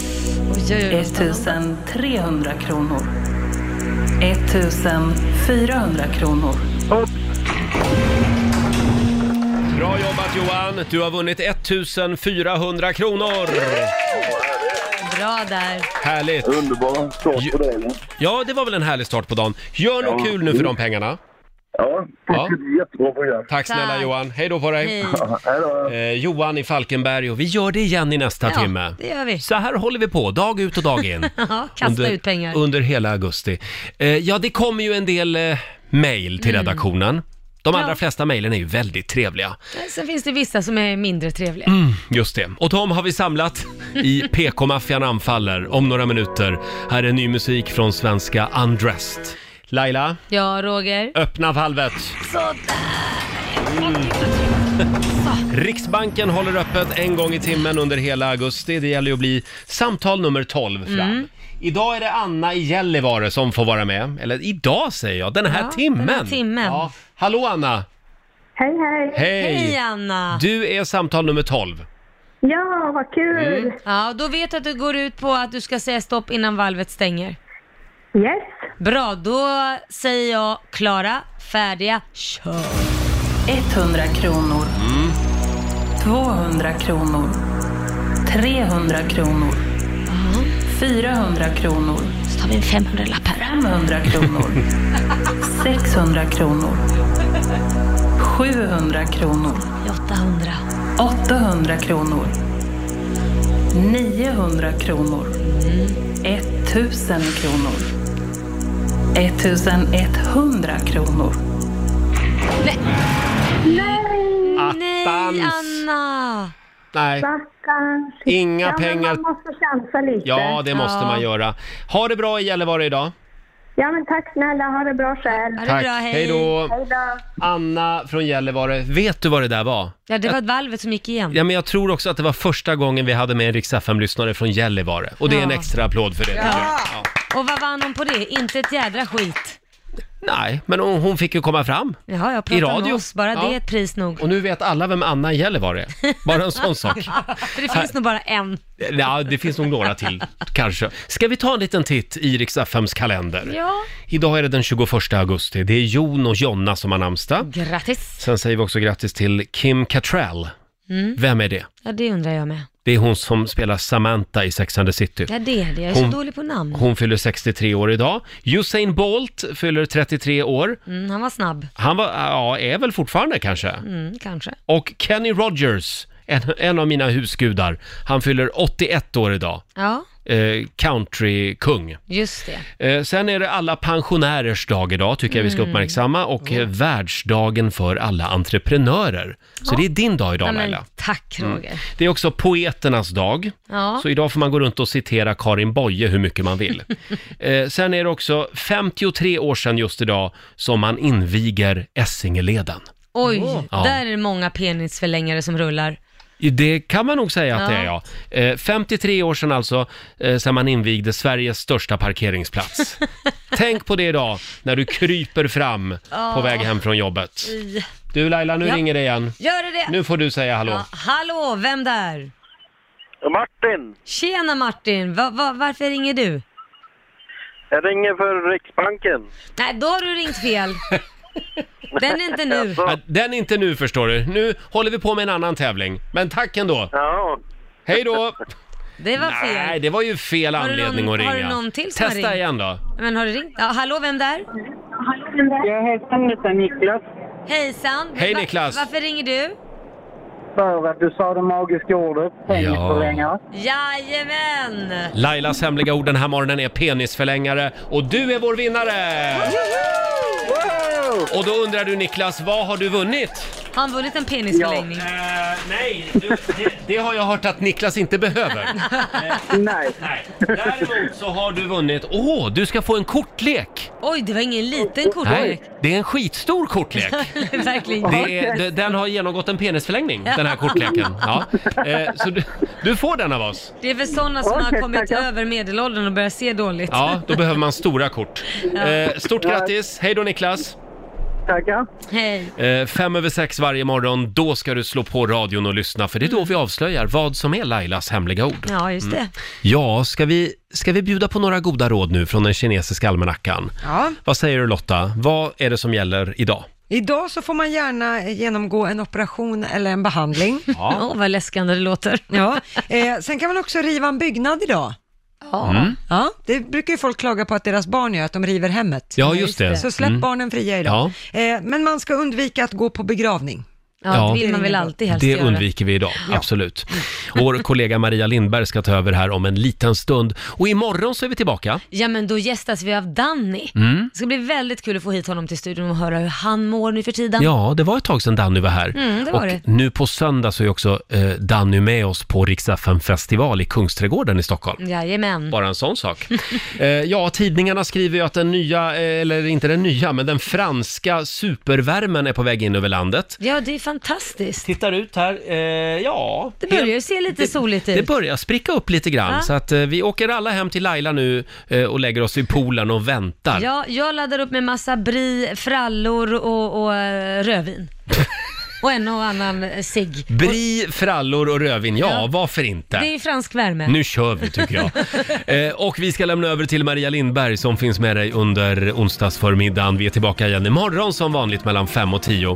trehundra kronor. fyrahundra kronor. Bra jobbat Johan, du har vunnit ettusenfyrahundra kronor. Bra där. Härligt. Underbar start på dagen. Ja, det var väl en härlig start på dagen. Gör något Ja. kul nu för de pengarna. Ja, Ja. jättebra program. Tack snälla Tack. Johan, hej då på dig. Hej. Hej då. Eh, Johan i Falkenberg och vi gör det igen i nästa Ja, timme. det gör vi. Så här håller vi på, dag ut och dag in. Ja, kasta under, ut pengar. Under hela augusti. Eh, ja, det kommer ju en del eh, mejl till redaktionen. De allra Ja. flesta mejlen är ju väldigt trevliga. Sen finns det vissa som är mindre trevliga. Mm, just det. Och de har vi samlat i P K-maffian anfaller om några minuter. Här är ny musik från svenska Undressed. Laila, Ja, Roger. öppna valvet. Mm. Riksbanken håller öppet en gång i timmen under hela augusti. Det gäller ju att bli samtal nummer tolv fram. Mm. Idag är det Anna i Gällivare som får vara med. Eller idag säger jag, den här Ja, timmen. den här timmen. Ja. Hallå Anna! Hej, hej. Hej! Hej Anna! Du är samtal nummer tolv. Ja, vad kul. Mm. Ja, då vet du att det går ut på att du ska säga stopp innan valvet stänger. Yes. Bra, då säger jag klara, färdiga, kör! hundra kronor. tvåhundra kronor. trehundra kronor. fyrahundra kronor. Så tar vi en femhundra-lapp här. femhundra kronor. sexhundra kronor. sjuhundra kronor. åttahundra. åttahundra kronor. niohundra kronor. tusen kronor. elva kronor. Nej, Attans. Anna! Nej, Stackarns. inga Ja, men pengar. man måste chansa lite. Ja, det måste Ja. man göra. Ha det bra i Gällivare idag. Ja, men tack snälla. Ha det bra själv. Ha det Tack. bra, hej. Hej då. Hej då. Anna från Gällivare. Vet du vad det där var? Ja, det var ett valvet som gick igen. Ja, men jag tror också att det var första gången vi hade med en Rix F M-lyssnare från Gällivare. Och det är en Ja. extra applåd för det. tycker jag. Ja. Och vad vann hon på det? Inte ett jädra skit. Nej, men hon, hon fick ju komma fram. Jaha, jag I pratar radio. med oss. Bara Ja. det är ett pris nog. Och nu vet alla vem Anna i Gällivare är. Bara en sån sak. För det finns nog bara en. Ja, det finns nog några till, kanske. Ska vi ta en liten titt i Rix F M:s kalender? Ja. Idag är det den tjugoförsta augusti. Det är Jon och Jonna som har namnsdag. Grattis. Sen säger vi också grattis till Kim Cattrall. Mm. Vem är det? Ja, det undrar jag med. Det är hon som spelar Samantha i Sex and the City. Ja, det är det. Jag är Hon- så dålig på namn. Hon fyller sextiotre år idag. Usain Bolt fyller trettiotre år. Mm, han var snabb. Han var, ja, är väl fortfarande kanske. Mm, kanske. Och Kenny Rogers, en, en av mina husgudar, han fyller åttioett år idag. Ja, Eh, countrykung. just det. Eh, sen är det alla pensionärers dag idag, tycker jag vi ska Mm. uppmärksamma. Och eh, världsdagen för alla entreprenörer. Så det är din dag idag, Ja, men Laila. tack Mm. Roger. Det är också poeternas dag. Ja. Så idag får man gå runt och citera Karin Boye hur mycket man vill. eh, sen är det också femtiotre år sedan just idag som man inviger Essingeleden. Oj, Ja. där är det många penisförlängare som rullar. Det kan man nog säga att Ja. det är, ja. Eh, femtiotre år sedan alltså, eh, sedan man invigde Sveriges största parkeringsplats. Tänk på det idag, när du kryper fram på Ja. väg hem från jobbet. I- Du Laila, nu Ja. ringer det igen. Gör det det? Nu får du säga hallå. Ja, hallå, vem där? Martin, Tjena Martin, va, va, varför ringer du? jag ringer för Riksbanken. Nej, då har du ringt fel. Den är inte nu. Ja, den är inte nu förstår du. Nu håller vi på med en annan tävling. Men tack ändå. Ja. Hej då. Det var fel. Nej, det var ju fel Har du anledning någon- att ringa. har du någon till som har Testa ringt? igen då. Men har du ringt? Ja, hallå, vem där? Jag heter Niklas. Hejsan. Hej, Va- Niklas. Varför ringer du? För att du sa det magiska ordet. Ja. Jajamän! Lailas hemliga ord den här morgonen är penisförlängare och du är vår vinnare! Och då undrar du Niklas, vad har du vunnit? Har han vunnit en penisförlängning? Ja. Uh, nej, du, det, det har jag hört att Niklas inte behöver. uh, Nej. nej. Däremot så har du vunnit... Åh, oh, du ska få en kortlek! Oj, det var ingen liten kortlek. Nej, det är en skitstor kortlek. Verkligen. Det är, det, den har genomgått en penisförlängning, den här kortleken. Ja. Uh, så du, du får den av oss. Det är för sådana som har kommit över medelåldern och börjar se dåligt. Ja, då behöver man stora kort. Uh, stort grattis! Hej då Niklas! Tackar. Hej. Eh, fem över sex varje morgon, då ska du slå på radion och lyssna, för det är då vi avslöjar vad som är Lailas hemliga ord. Ja, just det. Mm. Ja, ska vi, ska vi bjuda på några goda råd nu från den kinesiska almanackan? Ja. Vad säger du Lotta? Vad är det som gäller idag? Idag så får man gärna genomgå en operation eller en behandling. Ja, oh, vad läskande det låter. Ja. Eh, sen kan man också riva en byggnad idag. Ja. Mm. Ja, det brukar ju folk klaga på att deras barn gör, att de river hemmet. Ja, just det. Så släpp Mm. barnen fria idag. Ja. Eh, men man ska undvika att gå på begravning. Ja, Ja, det vill man väl alltid helst Det göra. undviker vi idag, absolut. Vår kollega Maria Lindberg ska ta över här om en liten stund. Och imorgon så är vi tillbaka. Ja, men då gästas vi av Danny. Mm. Det ska bli väldigt kul att få hit honom till studion och höra hur han mår nu för tiden. Ja, det var ett tag sedan Danny var här. Mm, det var och det. nu på söndag så är också eh, Danny med oss på Rix F M-festival i Kungsträdgården i Stockholm. Jajamän. Bara en sån sak. eh, ja, tidningarna skriver ju att den nya, eh, eller inte den nya, men den franska supervärmen är på väg in över landet. Ja, det är fantastiskt. Tittar ut här, eh, ja... Det börjar ju helt- se lite det, soligt ut. Det börjar spricka upp lite grann, Ja. så att eh, vi åker alla hem till Laila nu eh, och lägger oss i poolen och väntar. Ja, jag laddar upp med massa brie, frallor och, och eh, rödvin. Och en och annan eh, cigg. Brie, frallor och rödvin, ja, Ja. varför inte? Det är fransk värme. Nu kör vi tycker jag. eh, och vi ska lämna över till Maria Lindberg som finns med dig under onsdagsförmiddagen. Vi är tillbaka igen imorgon som vanligt mellan fem och tio.